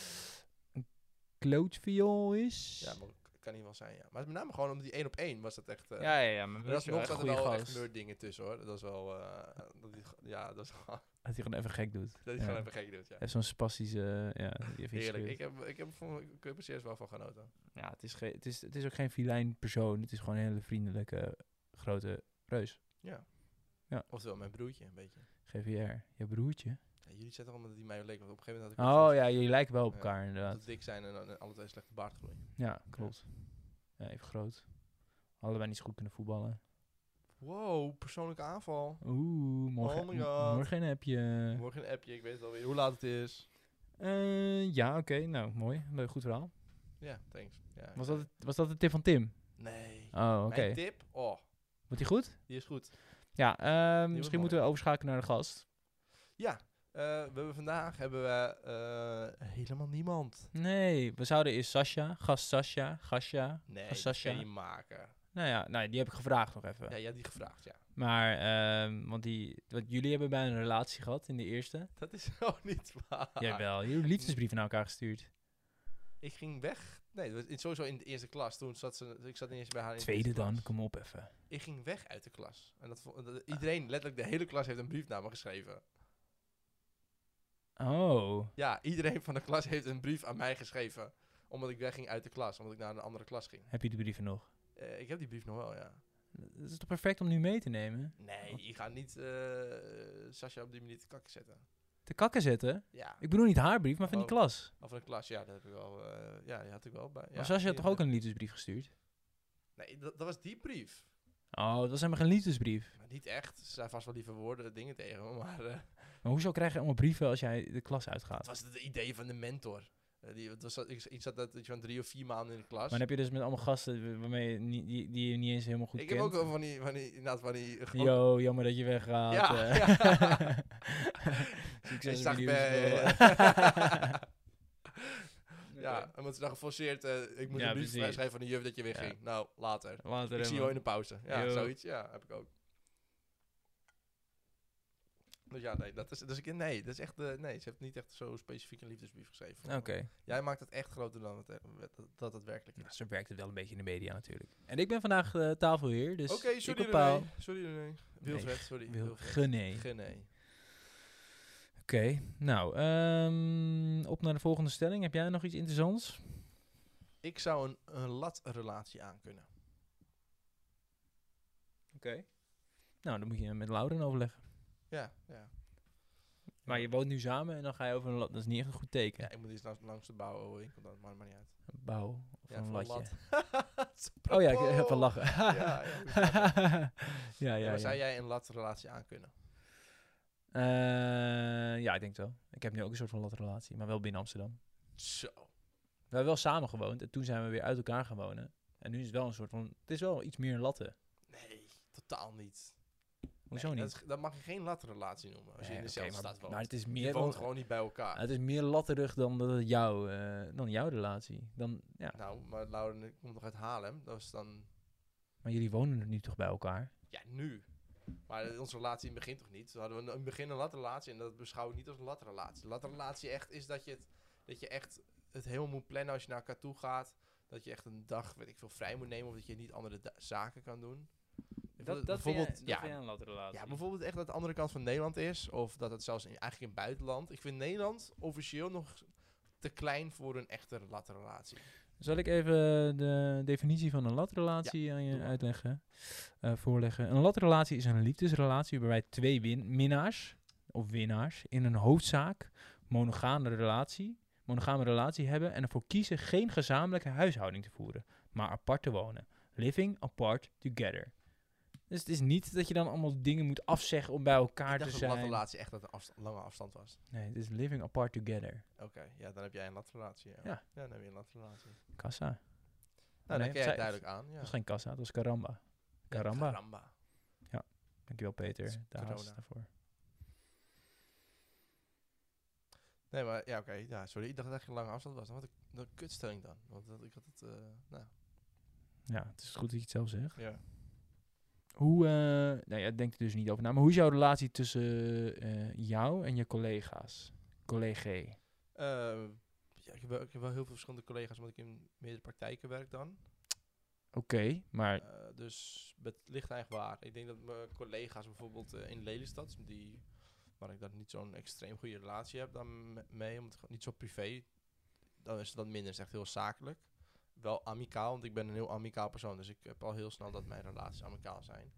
een klootviool is. Ja, maar kan niet wel zijn, ja. Maar met name gewoon omdat die één op één was dat echt... Uh, ja, ja, ja. Maar dat is nog echt zat er goede wel gast. echt Murt dingen tussen, hoor. Dat is wel... Uh, dat die, ja, dat is gewoon... Dat hij gewoon even gek doet. Dat hij ja. gewoon even gek doet, ja. Even zo'n spastische... Uh, ja, die even heerlijk. Ik heb, ik, heb van, ik heb er serieus wel van genoten. Ja, het is, ge- het, is, het is ook geen filijn persoon. Het is gewoon een hele vriendelijke, grote reus. Ja. Ja. Oftewel mijn broertje, een beetje. G V R. Je broertje. Ja, jullie zeiden allemaal dat die mij leek, want op een gegeven moment had ik... Oh soms- ja, jullie lijken wel op Ja, elkaar dat inderdaad. we dik zijn en, dan alle twee slechte baardgroei. Ja, klopt. Ja, even groot. Allebei niet zo goed kunnen voetballen. Wow, persoonlijke aanval. Oeh, morgen, Oh my god. morgen heb je... Morgen een appje, ik weet het alweer hoe laat het is. Eh, ja, oké. Nou, mooi. Leuk, goed verhaal. Ja, thanks. Ja, Was ja. dat, het, was dat de tip van Tim? Nee. Oh, oké. Mijn tip? Oh, Wordt die goed? die is goed. Ja, ehm, wordt misschien mooi. moeten we overschakelen naar de gast. Ja, eh, we hebben vandaag hebben we eh, helemaal niemand. Nee, we zouden eerst Sascha, gast Sascha, Gasja. Nee, Gast dat Sascha. kan je niet maken. Nou ja, nou, die heb ik gevraagd nog even. Ja, jij had die gevraagd, ja. Maar, ehm, want die, wat jullie hebben bij een relatie gehad in de eerste. Dat is ook niet waar. Jawel, jullie hebben liefdesbrieven naar elkaar gestuurd. Ik ging weg. Nee, dat was in- sowieso in de eerste klas. Toen zat ze, ik zat niet eens bij haar in de Tweede eerste dan, klas. kom op even. Ik ging weg uit de klas. En dat, vo- dat- iedereen, letterlijk de hele klas heeft een brief naar me geschreven. Oh, Ja, iedereen van de klas heeft een brief aan mij geschreven. Omdat ik wegging uit de klas. Omdat ik naar een andere klas ging. heb je de brieven nog? Eh, ik heb die brief nog wel, ja. Dat is toch perfect om nu mee te nemen? Nee, je gaat niet uh, Sascha op die manier te kakken zetten. Te kakken zetten? Ja, Ik bedoel niet haar brief, maar van die Oh. klas. of een klas, ja, dat heb ik wel. eh, ja, die had ik wel bij. Ja, maar Sascha had die- toch ook een liefdesbrief gestuurd? Nee, dat, dat was die brief. Oh, dat was helemaal geen liefdesbrief. Maar niet echt. Ze zei vast wel lieve woorden, dingen tegen me. Maar uh, Maar hoezo krijg je allemaal brieven als jij de klas het uitgaat? was het idee van de mentor. Uh, die, het was, ik, ik zat dat iets van drie of vier maanden in de klas. Maar dan heb je dus met allemaal gasten waarmee je niet, die, die je niet eens helemaal goed ik kent. heb ook wel van die, van die, inderdaad van die... gewoon- Yo, jammer dat je weggaat. Ja, eh. ja. Succes Ik zag met bij- nieuws. Ja, omdat ze dan geforceerd... uh, ik moet Ja, een brief precies. schrijven van de juf dat je wegging. Ja. Nou, later. Later Ik zie je wel in de pauze. Ja, Yo. zoiets. Ja, heb ik ook. Dus ja, nee, dat is, dus ik, nee, dat is echt, uh, nee, ze heeft niet echt zo specifiek een liefdesbrief geschreven. voor me. Oké, Jij maakt het echt groter dan het, eh, dat, dat het werkelijk nou, is. zo werkt het wel een beetje in de media natuurlijk. En ik ben vandaag uh, tafelheer, dus Oké, ik sorry bepaal... René. Sorry René. Wilfred, sorry. Wil Wilfred. Gené. Gené. Oké, nou, ehm, op naar de volgende stelling. Heb jij nog iets interessants? Ik zou een, een latrelatie aankunnen. Oké. Nou, dan moet je met Lauren overleggen. Ja, ja. Maar je woont nu samen en dan ga je over een lat. Dat is niet echt een goed teken. Ja, ik moet eens langs, langs de bouwwinkel, dat maakt maar niet uit. Een bouw of Ja, een voor latje. lat. Oh ja, ik heb wel lachen. Ja, ja, hoe is dat? ja, Ja, ja, maar zou ja. jij een latrelatie aankunnen? Eh, ja, ik denk het wel. Ik heb nu ook een soort van latrelatie, maar wel binnen Amsterdam. Zo. We hebben wel samen gewoond en toen zijn we weer uit elkaar gaan wonen. En nu is het wel een soort van... Het is wel iets meer een latte. Nee, totaal niet. Hoezo Nee, niet? Dat, is, dat mag je geen latrelatie noemen als je Nee, in oké, dezelfde maar, stad woont. maar het is je meer... woont dan- gewoon niet bij elkaar. het is meer latterig dan dat het jou, eh, dan jouw relatie. Dan, ja. Nou, maar Lauren en ik kom nog uit Haarlem. Dat is dan... Maar jullie wonen nu toch bij elkaar? Ja, nu. Maar onze relatie begint toch niet? We hadden in het begin een latrelatie en dat beschouw ik niet als een latrelatie. Latrelatie echt is dat je, het, dat je echt het helemaal moet plannen als je naar elkaar toe gaat. Dat je echt een dag, weet ik veel, vrij moet nemen. Of dat je niet andere da- zaken kan doen. bijvoorbeeld, ja, een latrelatie. ja, bijvoorbeeld echt dat de andere kant van Nederland is. Of dat het zelfs in, eigenlijk in het buitenland. Ik vind Nederland officieel nog te klein voor een echte latrelatie. Zal ik even de definitie van een latrelatie aan je doe maar. uitleggen, eh, voorleggen? Een latrelatie is een liefdesrelatie waarbij twee win- minnaars of winnaars in een hoofdzaak monogame relatie, monogame relatie hebben en ervoor kiezen geen gezamenlijke huishouding te voeren, maar apart te wonen. Living apart together. Dus het is niet dat je dan allemaal dingen moet afzeggen om bij elkaar Ik te dacht dat een zijn. latrelatie echt dat een afsta- lange afstand was. Nee, het is living apart together. Oké, ja, dan heb jij een latrelatie. Ja, Ja. ja dan heb je een latrelatie. Kassa. Nou, Nee, dan ken jij zij- het duidelijk aan. Ja. Dat was geen kassa, dat was karamba. Ja, Karamba. Karamba. Dankjewel Peter, Dat is daar corona. was daarvoor. Nee, maar ja, oké. ja, sorry. Ik dacht dat het echt een lange afstand was. Dan wat een, een kutstelling dan. Want dat, ik had het, eh, nou, Ja, het is goed dat je het zelf zegt. ja. Hoe, eh nou ja, denk er dus niet over na, maar hoe is jouw relatie tussen eh, jou en je collega's? Collega. Eh, ja, ik heb, wel, ik heb wel heel veel verschillende collega's, omdat ik in meerdere praktijken werk dan. Oké, maar Eh, dus het ligt eigenlijk waar. Ik denk dat mijn collega's bijvoorbeeld eh, in Lelystad, die, waar ik dan niet zo'n extreem goede relatie heb dan me- mee, omdat het gewoon niet zo privé, dan is het wat minder. Het is echt heel zakelijk. Wel amicaal, want ik ben een heel amicaal persoon, dus ik heb al heel snel dat mijn relaties amicaal zijn.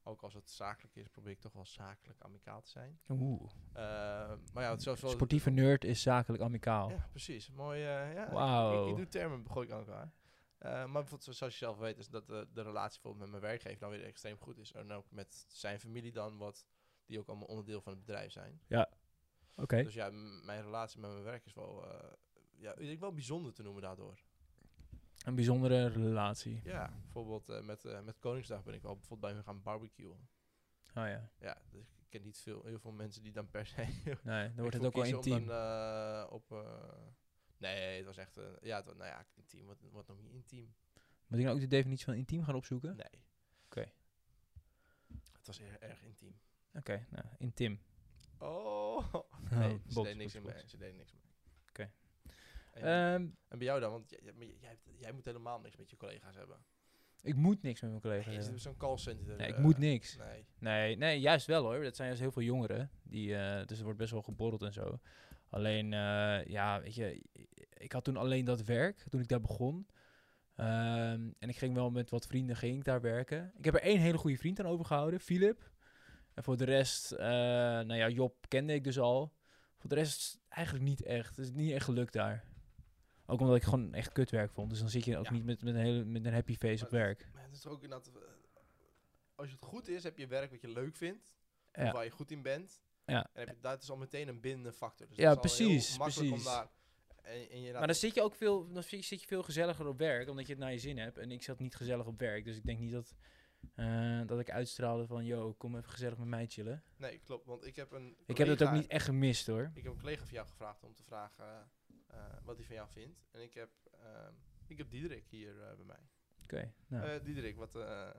ook als het zakelijk is, probeer ik toch wel zakelijk amicaal te zijn. Oeh. Uh, maar ja, het zoveel... Sportieve nerd is zakelijk amicaal. Ja, precies. Mooi. Uh, ja, Wauw. ik, ik, ik doe termen, gooi ik aan elkaar. Uh, maar bijvoorbeeld, zoals je zelf weet, is dat de, de relatie bijvoorbeeld met mijn werkgever dan weer extreem goed is. En ook met zijn familie dan, wat die ook allemaal onderdeel van het bedrijf zijn. Ja. Oké. Okay. Dus ja, m- mijn relatie met mijn werk is wel, uh, ja, ik denk wel bijzonder te noemen daardoor. Een bijzondere relatie. Ja, bijvoorbeeld uh, met, uh, met Koningsdag ben ik wel bijvoorbeeld bij hun gaan barbecuen. Oh ja. Ja, dus ik ken niet veel, heel veel mensen die dan per se... nee, dan wordt het ook wel intiem. Dan, uh, op, uh, nee, het was echt... Uh, ja, het was, nou ja, intiem. Wat, wat nog niet intiem? Moet ik nou ook de definitie van intiem gaan opzoeken? Nee. Oké. Okay. Het was erg, erg intiem. Oké, okay, nou, intiem. Oh. Nee, oh, ze box, deden niks box, mee. box. Ze deden niks mee. Oké. Okay. En, um, en bij jou dan? Want jij, jij, jij, jij moet helemaal niks met je collega's hebben. Ik moet niks met mijn collega's nee, hebben. Je zit op zo'n callcenter. Nee, ik uh, moet niks. Nee. nee. Nee, juist wel hoor. Dat zijn juist heel veel jongeren. Die, uh, dus er wordt best wel geborreld en zo. Alleen, uh, ja, weet je... Ik had toen alleen dat werk, toen ik daar begon. Um, en ik ging wel met wat vrienden ging ik daar werken. Ik heb er één hele goede vriend aan overgehouden, Philip. En voor de rest, uh, nou ja, Job kende ik dus al. Voor de rest eigenlijk niet echt. Het is niet echt gelukt daar. Ook omdat ik gewoon echt kutwerk vond. Dus dan zit je ook ja. niet met, met, een hele, met een happy face maar op werk. Het, maar het is ook inderdaad... Uh, als het goed is, heb je werk wat je leuk vindt. Ja. Waar je goed in bent. Ja. En heb je, dat is al meteen een bindende factor. Dus ja, dat is precies. Heel makkelijk precies. om daar... En, en je maar dan zit je ook veel, dan zit je veel gezelliger op werk, omdat je het naar je zin hebt. En ik zat niet gezellig op werk, dus ik denk niet dat, uh, dat ik uitstraalde van, yo, kom even gezellig met mij chillen. Nee, klopt, want ik heb een collega, Ik heb het ook niet echt gemist, hoor. Ik heb een collega van jou gevraagd om te vragen uh, wat hij van jou vindt. En ik heb, uh, ik heb Diederik hier uh, bij mij. Oké, okay, nou. Uh, Diederik, wat... Uh,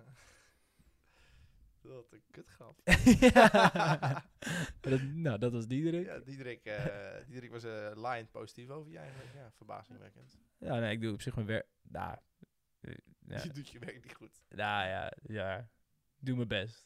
Wat een kutgrap. dat, nou, dat was Diederik. Ja, Diederik, uh, Diederik was uh, laaiend positief over je eigenlijk. Ja, verbazingwekkend. Ja, nee, ik doe op zich mijn werk... Nou, uh, ja. Je doet je werk niet goed. Nou ja, ja. Ik doe mijn best.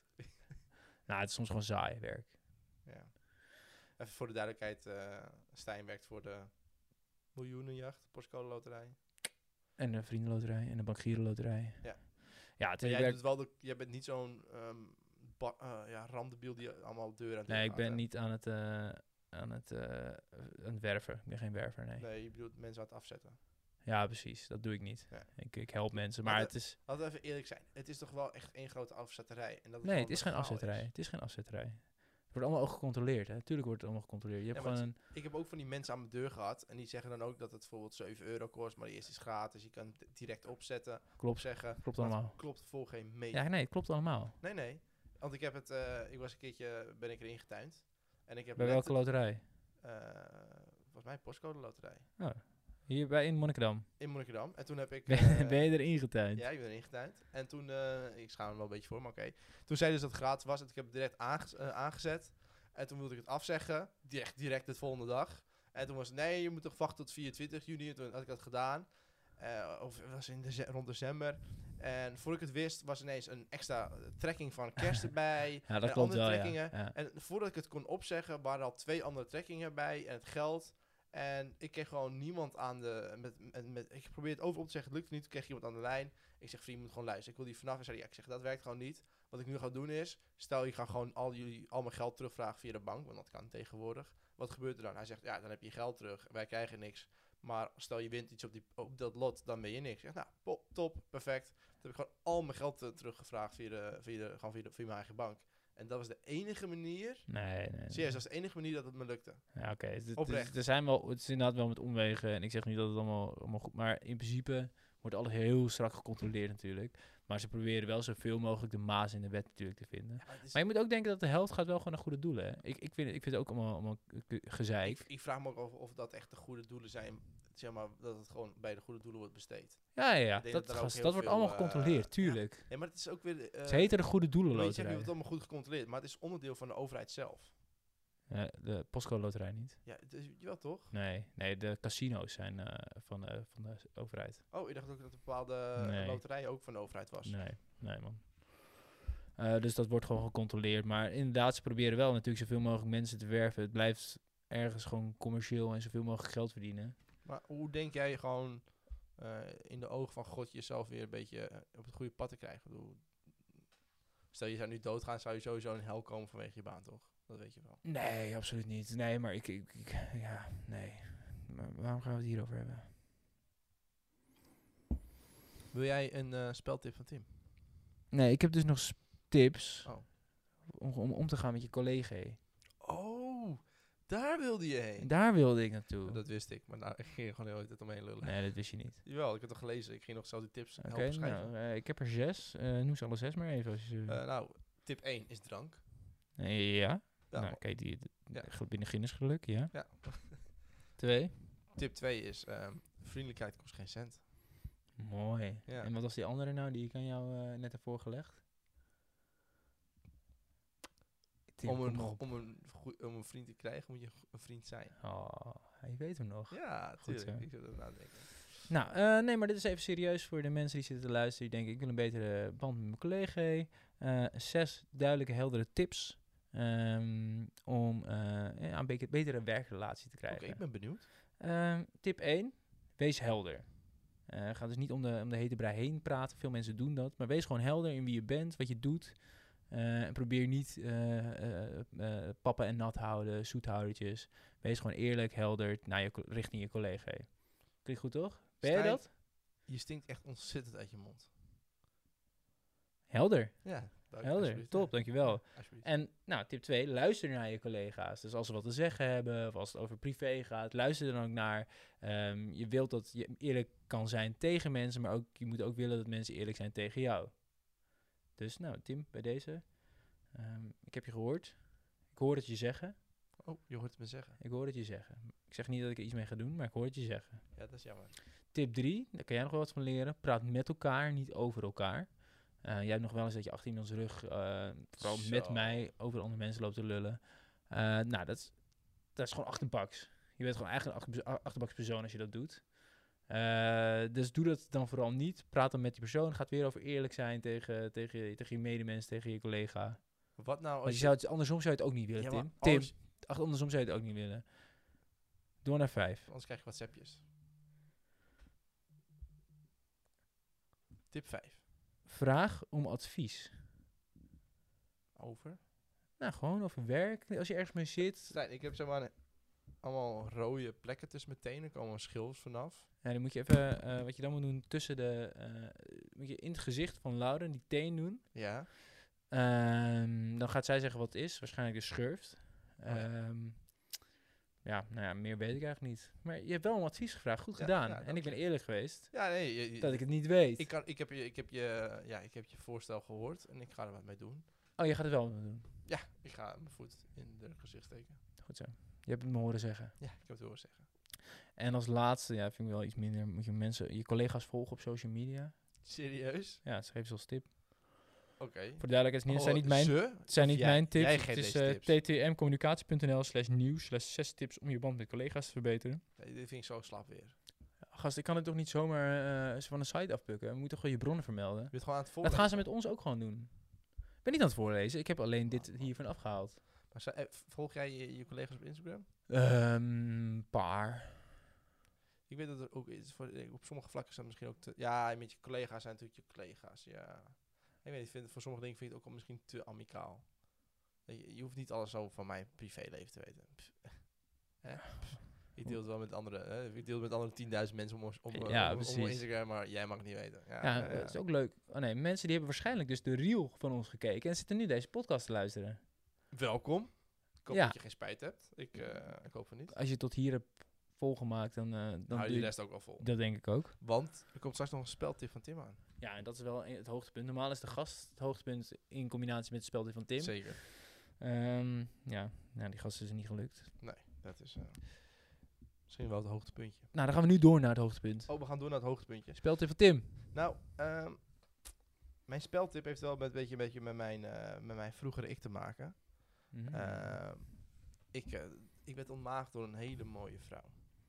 nou, het is soms gewoon saai werk. Ja. Even voor de duidelijkheid. Uh, Stijn werkt voor de miljoenenjacht, de Postcode Loterij. En de Vriendenloterij en de Bankierenloterij. Ja. Ja, het jij, werkt... doet wel de, jij bent niet zo'n um, ba- uh, ja, randebiel die allemaal deuren aan deur Nee, gaat, ik ben hè? niet aan het, uh, aan, het, uh, aan het werven. Ik ben geen werver, nee. Nee, je bedoelt mensen aan het afzetten. Ja, precies. Dat doe ik niet. Ja. Ik, ik help mensen, maar, maar het is... Laten we even eerlijk zijn. Het is toch wel echt één grote afzetterij. En dat nee, het is geen afzetterij. Is. Het is geen afzetterij. Het wordt allemaal ook gecontroleerd, hè. Tuurlijk wordt het allemaal gecontroleerd. Je ja, hebt gewoon een... Ik heb ook van die mensen aan mijn deur gehad. En die zeggen dan ook dat het bijvoorbeeld zeven euro kost. Maar eerst is gratis. Je kan het direct opzetten. Klopt. Zeggen. Klopt allemaal. Klopt vol geen meter. Ja, nee, het klopt allemaal. Nee, nee. Want ik heb het... Uh, ik was een keertje... Ben ik erin getuind. En ik heb bij welke loterij? Uh, volgens mij Postcode Loterij. Oh. Hier bij in Monnikendam. In Monnikendam. En toen heb ik... Ben, uh, ben je erin getuind? Ja, ik ben erin getuind. En toen... Uh, ik schaam me wel een beetje voor, maar oké. Okay. Toen zei dus dat het gratis was. En ik heb het direct aange- uh, aangezet. En toen wilde ik het afzeggen. Direct, direct de volgende dag. En toen was het... Nee, je moet toch wachten tot vierentwintig juni. En toen had ik dat gedaan. Uh, of het was in de rond december. En voor ik het wist, was ineens een extra trekking van kerst erbij. Ja, dat en klopt andere wel, trekkingen. Ja. Ja. En voordat ik het kon opzeggen, waren er al twee andere trekkingen bij. En het geld. En ik kreeg gewoon niemand aan de... Met, met, met, ik probeerde het over op te zeggen, het lukte niet. Toen kreeg iemand aan de lijn. Ik zeg, vriend, je moet gewoon luisteren. Ik wil die vanaf. En zei, ja, ik zeg, dat werkt gewoon niet. Wat ik nu ga doen is, stel je gaat gewoon al jullie al mijn geld terugvragen via de bank. Want dat kan tegenwoordig. Wat gebeurt er dan? Hij zegt, ja, dan heb je je geld terug. Wij krijgen niks. Maar stel je wint iets op, die, op dat lot, dan ben je niks. Ik zeg, nou, pop, top, perfect. Toen heb ik gewoon al mijn geld uh, teruggevraagd via, de, via, de, gewoon via, de, via mijn eigen bank. En dat was de enige manier... Nee, nee. nee. Serieus, dat was de enige manier dat het me lukte. Ja, oké. Okay. Oprecht. Er zijn wel... Het is inderdaad wel met omwegen. En ik zeg niet dat het allemaal, allemaal goed... Maar in principe wordt alles heel strak gecontroleerd natuurlijk. Maar ze proberen wel zoveel mogelijk de maas in de wet natuurlijk te vinden. Ja, maar, maar je moet ook denken dat de helft gaat wel gewoon naar goede doelen. Hè? Ik, ik, vind, ik vind het ook allemaal, allemaal gezeik. Ik, ik vraag me ook of, of dat echt de goede doelen zijn. Zeg maar, dat het gewoon bij de goede doelen wordt besteed. Ja, ja, ja. Dat, dat, dat wordt veel, allemaal gecontroleerd, uh, tuurlijk. Ja. Nee, maar het is ook weer... Uh, ze heten de goede doelen loterij. Je zegt, je wordt allemaal goed gecontroleerd, maar het is onderdeel van de overheid zelf. Uh, de Postcode Loterij niet. Ja, dus, jawel toch? Nee, nee, de casino's zijn uh, van, uh, van de overheid. Oh, ik dacht ook dat een bepaalde nee. loterij ook van de overheid was. Nee, nee man. Uh, dus dat wordt gewoon gecontroleerd. Maar inderdaad, ze proberen wel natuurlijk zoveel mogelijk mensen te werven. Het blijft ergens gewoon commercieel en zoveel mogelijk geld verdienen. Maar hoe denk jij gewoon uh, in de ogen van God jezelf weer een beetje uh, op het goede pad te krijgen? Bedoel, Stel je zou nu doodgaan, zou je sowieso in hel komen vanwege je baan, toch? Dat weet je wel. Nee, absoluut niet. Nee, maar ik, ik, ik ja, nee. Maar waarom gaan we het hierover hebben? Wil jij een uh, speltip van Tim? Nee, ik heb dus nog sp- tips Oh. om, om om te gaan met je collega. Oh, daar wilde je heen. Daar wilde ik naartoe. Dat wist ik, maar nou, ik ging er gewoon heel tijd omheen lullen. Nee, dat wist je niet. Jawel, ik heb het toch gelezen. Ik ging nog zelf die tips Oké, helpen schrijven. nou, uh, ik heb er zes. Uh, noem ze alle zes maar even. Als je, Uh, nou, tip één is drank. Uh, ja. Ja, nou, kijk, die, die ja. binnen Guinness geluk, ja. ja. Twee. Tip twee is, um, vriendelijkheid kost geen cent. Mooi. Ja. En wat was die andere nou die ik aan jou uh, net heb voorgelegd? Tim, om, een, om, een goe- om een vriend te krijgen moet je een vriend zijn. Oh, je weet hem nog. Ja, tuurlijk. Goed zo. Ik zit er nadenken. Nou, uh, nee, maar dit is even serieus voor de mensen die zitten te luisteren. Die denken, ik wil een betere band met mijn collega. Uh, zes duidelijke, heldere tips um, om uh, ja, een be- betere werkrelatie te krijgen. Oké, okay, ik ben benieuwd. Um, tip één, wees helder. Uh, ga dus niet om de, om de hete brei heen praten. Veel mensen doen dat. Maar wees gewoon helder in wie je bent, wat je doet. Uh, en probeer niet uh, uh, uh, pappen en nat houden, zoethoudertjes. Wees gewoon eerlijk, helder naar je, richting je collega. Klinkt goed, toch? Ben jij dat? Je stinkt echt ontzettend uit je mond. Helder. Ja, helder. Top, ja. dankjewel. Ja, en nou, tip twee, luister naar je collega's. Dus als ze wat te zeggen hebben, of als het over privé gaat, luister er dan ook naar. Um, je wilt dat je eerlijk kan zijn tegen mensen, maar ook, je moet ook willen dat mensen eerlijk zijn tegen jou. Dus nou, Tim, bij deze. Um, ik heb je gehoord. Ik hoor het je zeggen. Oh, je hoort het me zeggen. Ik hoor het je zeggen. Ik zeg niet dat ik er iets mee ga doen, maar ik hoor het je zeggen. Ja, dat is jammer. Tip drie, daar kan jij nog wel wat van leren. Praat met elkaar, niet over elkaar. Uh, jij hebt nog wel eens dat je achter iemands rug, uh, vooral Zo. met mij, over andere mensen loopt te lullen. Uh, nou, dat is, dat is gewoon achterbaks. Je bent gewoon eigenlijk een achter, achterbaks als je dat doet. Uh, dus doe dat dan vooral niet. Praat dan met die persoon. Gaat weer over eerlijk zijn tegen, tegen, tegen je medemens, tegen je collega. Wat nou als je, je zou het, andersom zou je het ook niet willen, ja, Tim. Tim, anders... ach, andersom zou je het ook niet willen. Door naar vijf. Anders krijg je wat sapjes. Tip vijf. Vraag om advies. Over? Nou, gewoon over werk. Als je ergens mee zit. Stijn, ik heb zeg maar allemaal rode plekken tussen mijn tenen. Er komen schils vanaf. Ja, dan moet je even, uh, wat je dan moet doen, tussen de, uh, moet je in het gezicht van Lauren die teen doen. Ja. Um, dan gaat zij zeggen wat het is. Waarschijnlijk de schurft. Um, oh ja. Ja, nou ja, meer weet ik eigenlijk niet. Maar je hebt wel om advies gevraagd. Goed ja, gedaan. Ja, en ik ben eerlijk geweest. Ja, nee. Je, je, dat ik het niet weet. Ik, kan, ik, heb je, ik, heb je, ja, ik heb je voorstel gehoord en ik ga er wat mee doen. Oh, je gaat het wel doen? Ja, ik ga mijn voet in de gezicht steken. Goed zo. Je hebt het me horen zeggen. Ja, ik heb het horen zeggen. En als laatste, ja, vind ik wel iets minder, moet je mensen, je collega's volgen op social media. Serieus? Ja, dat geef ze als tip. Oké. Okay. Voor de duidelijkheid, het oh, zijn niet mijn, ze? het zijn niet jij, mijn tips. Jij het is uh, t t m communicatie punt n l slash nieuws slash zes tips om je band met collega's te verbeteren. Nee, dit vind ik zo slap weer. Gast, ik kan het toch niet zomaar uh, van een site afpukken. We moeten toch gewoon je bronnen vermelden. Je bent gewoon aan het dat gaan ze met ons ook gewoon doen. Ik ben niet aan het voorlezen. Ik heb alleen dit oh, hiervan afgehaald. Maar zo, eh, volg jij je, je collega's op Instagram? Een um, paar. Ik weet dat er ook is. Voor, op sommige vlakken zijn misschien ook te... Ja, met je collega's zijn natuurlijk je collega's. Ja. Ik weet niet, vind het, voor sommige dingen vind ik het ook al misschien te amicaal. Je, je hoeft niet alles over van mijn privéleven te weten. Hè? Ik deel het wel met andere, hè? Ik deel het met andere tienduizend mensen om, om, ja, om, om Instagram, maar jij mag het niet weten. Ja, ja, ja, ja. Dat is ook leuk. Oh nee, mensen die hebben waarschijnlijk dus de reel van ons gekeken en zitten nu deze podcast te luisteren. Welkom. Ik hoop ja. dat je geen spijt hebt. Ik, uh, ik hoop van niet. Als je tot hier hebt volgemaakt, dan, uh, dan hou je de rest ook wel vol. Dat denk ik ook. Want er komt straks nog een speltip van Tim aan. Ja, en dat is wel het hoogtepunt. Normaal is de gast het hoogtepunt in combinatie met het speltip van Tim. Zeker. Um, ja, nou, die gast is er niet gelukt. Nee, dat is... Uh, misschien wel het hoogtepuntje. Nou, dan gaan we nu door naar het hoogtepunt. Oh, we gaan door naar het hoogtepuntje. Speltip van Tim. Nou, um, mijn speltip heeft wel met, beetje, een beetje met mijn, uh, met mijn vroegere ik te maken. Mm-hmm. Uh, ik, uh, ik werd ontmaagd door een hele mooie vrouw.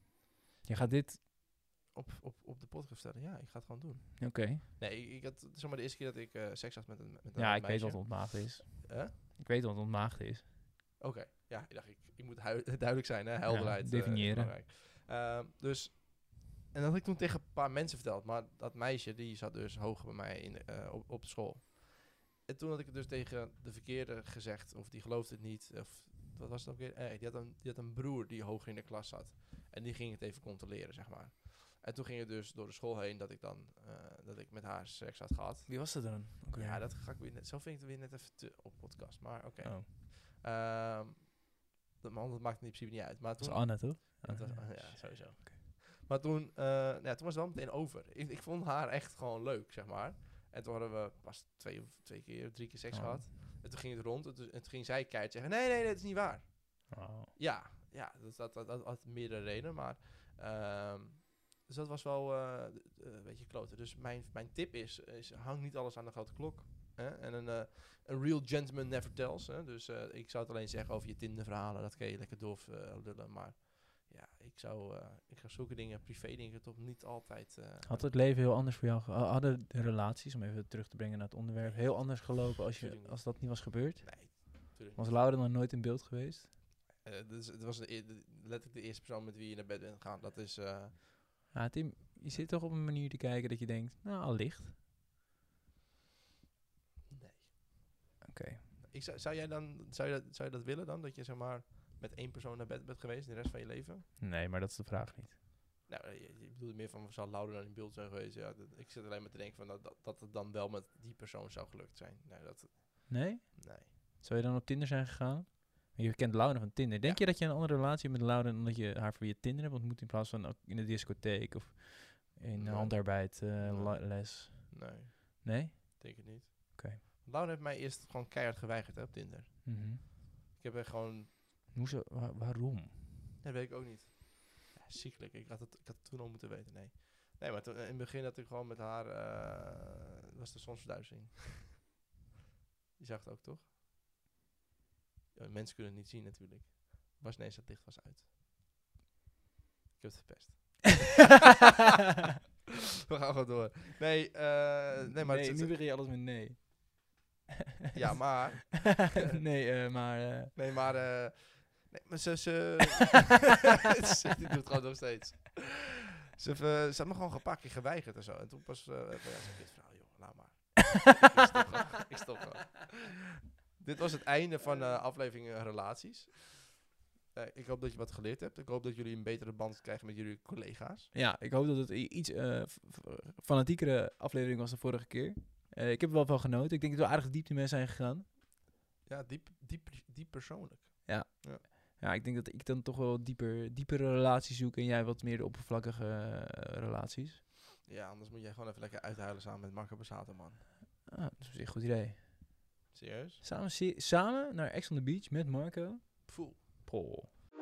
Je gaat dit... Op, op, op de podcast vertellen? Ja, ik ga het gewoon doen. Oké. Okay. Nee, ik, ik had zomaar de eerste keer dat ik uh, seks had met een, met een Ja, ik meisje. weet wat ontmaagd is. Huh? Ik weet wat ontmaagd is. Oké, okay. Ja, ik dacht, ik, ik moet hu- duidelijk zijn, hè, helderheid. Ja, definiëren. Uh, uh, dus, en dat had ik toen tegen een paar mensen verteld, maar dat meisje, die zat dus hoog bij mij in, uh, op, op de school. En toen had ik het dus tegen de verkeerde gezegd, of die geloofde het niet. Of wat was het ook weer? Eh, die, had een, die had een broer die hoger in de klas zat. En die ging het even controleren, zeg maar. En toen ging het dus door de school heen dat ik dan uh, dat ik met haar seks had gehad. Wie was dat dan? Okay. Ja, dat ga ik weer net. Zo vind ik het weer net even te op podcast. Maar oké. Okay. Oh. Um, dat, man, dat maakt in principe niet uit. Maar dat toen, was Anne, toch? Het was, uh, ja, sowieso. Okay. Maar toen, uh, nou ja, toen was het wel meteen over. Ik, ik vond haar echt gewoon leuk, zeg maar. En toen hadden we pas twee, twee keer, drie keer seks oh. gehad. En toen ging het rond. En toen, en toen ging zij keihard zeggen, nee, nee, nee, dat is niet waar. Oh. Ja, ja, dat, dat, dat, dat had meerdere redenen. Maar, um, dus dat was wel uh, uh, een beetje kloten. Dus mijn, mijn tip is, is, hang niet alles aan de grote klok. Hè? En een uh, a real gentleman never tells. Hè? Dus uh, ik zou het alleen zeggen over je Tinder-verhalen. Dat kan je lekker doof uh, lullen. Maar ja, ik zou, uh, ik zou zulke dingen, privé dingen, toch niet altijd... Uh, Had het leven heel anders voor jou... Ge- hadden de relaties, om even terug te brengen naar het onderwerp, heel anders gelopen als, je, als dat niet was gebeurd? Nee, natuurlijk Was Laura dan nooit in beeld geweest? Uh, dus het was de, de, letterlijk de eerste persoon met wie je naar bed bent gegaan. Dat is... Uh, ja, Tim, je zit toch op een manier te kijken dat je denkt, nou, allicht. Nee. Oké. Okay. Ik zou, zou jij dan, zou je, dat, zou je dat willen dan? Dat je zeg maar met één persoon naar bed bent geweest de rest van je leven? Nee, maar dat is de vraag niet. Nou, je, je bedoelt meer van, zou Laura dan in beeld zijn geweest? Ja, dat, ik zit alleen maar te denken van dat, dat, dat het dan wel met die persoon zou gelukt zijn. Nee? Dat, nee? Nee. Zou je dan op Tinder zijn gegaan? Je kent Laura van Tinder. Denk ja. je dat je een andere relatie hebt met Laura dan dat je haar via Tinder hebt ontmoet in plaats van in de discotheek of in nee. handarbeid uh, nee. la- les? Nee. Nee? Denk het niet. Oké. Okay. Laura heeft mij eerst gewoon keihard geweigerd hè, op Tinder. Mm-hmm. Ik heb er gewoon... Hoezo? Wa- waarom? Dat weet ik ook niet. Ja, ziekelijk. Ik had, het, ik had het toen al moeten weten, nee. Nee, maar toen, in het begin had ik gewoon met haar... Uh, was de zonsverduistering. Je zag het ook, toch? Ja, mensen kunnen het niet zien natuurlijk. Was ineens het licht was uit. Ik heb het verpest. We gaan gewoon door. Nee, uh, nee maar... Nee, het, nu begin je alles met nee. Ja, maar... nee, uh, maar... Uh. Nee, maar... Uh, nee, maar ze... ze Die doet het gewoon nog steeds. Ze, uh, ze had me gewoon gepakt en geweigerd en zo. En toen pas... Uh, ja, zo'n kutvrouw, joh. Laat maar. ik stop gewoon. Ik stop gewoon. Dit was het einde van uh, aflevering uh, Relaties. Uh, ik hoop dat je wat geleerd hebt. Ik hoop dat jullie een betere band krijgen met jullie collega's. Ja, ik hoop dat het iets uh, f- f- fanatiekere aflevering was dan vorige keer. Uh, ik heb er wel van genoten. Ik denk dat we aardig diep in mee zijn gegaan. Ja, diep, diep, diep persoonlijk. Ja. ja. Ja, ik denk dat ik dan toch wel dieper, diepere relaties zoek en jij wat meer de oppervlakkige uh, relaties. Ja, anders moet jij gewoon even lekker uithuilen samen met Marco Bassato, man. Ah, dat is een goed idee. Serieus? Samen, se- samen naar Ex on the Beach met Marco? Poeh. Poh.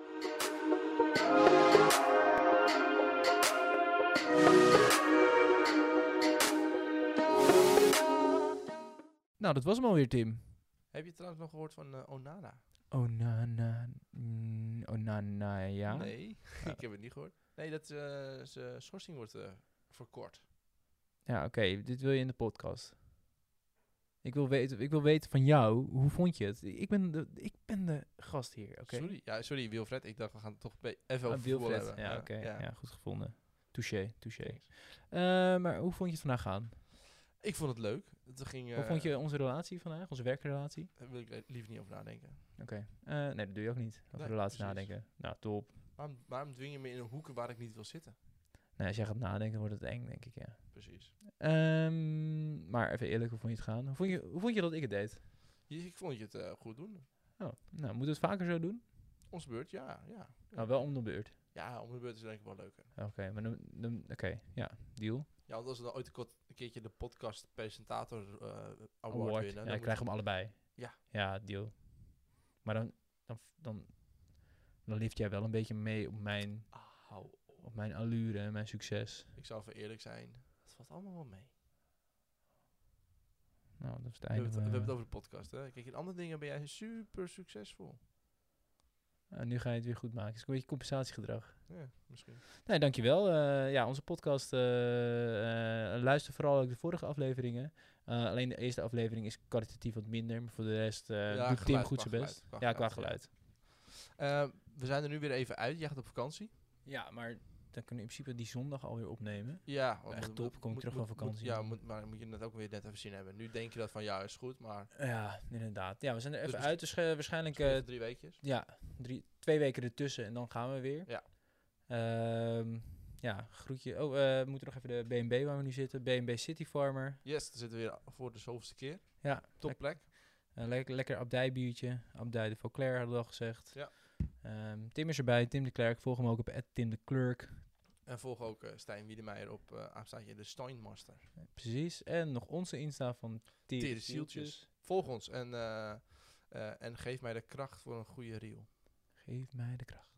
Nou, dat was hem alweer, Tim. Heb je trouwens nog gehoord van uh, Onana? Onana. Mm, Onana, ja? Nee, ik heb het niet gehoord. Nee, dat uh, zijn schorsing wordt uh, verkort. Ja, oké. Okay. Dit wil je in de podcast. Ik wil weten, ik wil weten van jou, hoe vond je het? Ik ben de, ik ben de gast hier, oké? Okay? Sorry, ja, sorry Wilfred. Ik dacht, we gaan het toch be- even ah, over voetbal hebben. Ja, ja, oké. Okay. Ja. ja, goed gevonden. Touché, touché. Uh, maar hoe vond je het vandaag gaan? Ik vond het leuk. Het ging, uh, hoe vond je onze relatie vandaag, onze werkrelatie? Daar wil ik liever niet over nadenken. Oké. Okay. Uh, nee, dat doe je ook niet. Over nee, relatie precies. Nadenken. Nou, top. Waarom, waarom dwing je me in een hoek waar ik niet wil zitten? Nee, als jij gaat nadenken, wordt het eng, denk ik, ja. Precies. Um, maar even eerlijk, hoe vond je het gaan? Hoe vond je, hoe vond je dat ik het deed? Je, ik vond je het uh, goed doen. Oh, nou, moeten we het vaker zo doen? Onze beurt, ja. ja. Nou, wel om de beurt. Ja, om de beurt is denk ik wel leuker. Oké, okay, maar dan, dan oké, okay, ja, deal. Ja, want als we dan ooit een, een keertje de podcast presentator uh, award, award winnen. Ja, dan krijgen we hem allebei. Ja. Ja, deal. Maar dan, dan, dan, dan lift jij wel een beetje mee op mijn, oh. op mijn allure en mijn succes. Ik zal even eerlijk zijn, het valt allemaal wel mee. Nou, dat is het we, einde. hebben het, uh, we hebben het over de podcast, hè. Kijk, in andere dingen ben jij super succesvol. Uh, nu ga je het weer goed maken. Het is een beetje compensatiegedrag. Ja, misschien. Nee, dankjewel. Uh, ja, onze podcast, uh, uh, luister vooral ook de vorige afleveringen. Uh, alleen de eerste aflevering is kwalitatief wat minder. Maar voor de rest uh, ja, doet geluid, Tim goed zijn best. Geluid, ja, qua geluid. Ja. Uh, we zijn er nu weer even uit. Jij gaat op vakantie. Ja, maar dan kunnen we in principe die zondag alweer opnemen. Ja, want Echt moet- top, moet- kom ik moet- terug moet- van vakantie. Moet, ja, moet, maar moet je het ook weer net even zien hebben. Nu denk je dat van ja, is goed, maar Ja, inderdaad. Ja, we zijn er Dus even we- uit. Dus eh, waarschijnlijk het is eh, over drie weekjes. ja, drie, twee weken ertussen en dan gaan we weer. Ja. Ehm, ja, groetje. Oh, eh, we moeten nog even de B en B waar we nu zitten. B en B City Farmer. Yes, dan zitten we weer voor de zoveelste keer. Ja, Top plek. Uh, lekker, lekker abdijbiertje. Abdij de Vauclair hadden we al gezegd. Ja. Ehm, Tim is erbij, Tim de Klerk. Volg hem ook op Tim de Klerk. En volg ook uh, Stijn Wiedemeijer op uh, aanstaatje de Steinmaster. Uh, precies. En nog onze Insta van Tere Tere Zieltjes. Zieltjes. Volg ons en, uh, uh, en geef mij de kracht voor een goede reel. Geef mij de kracht.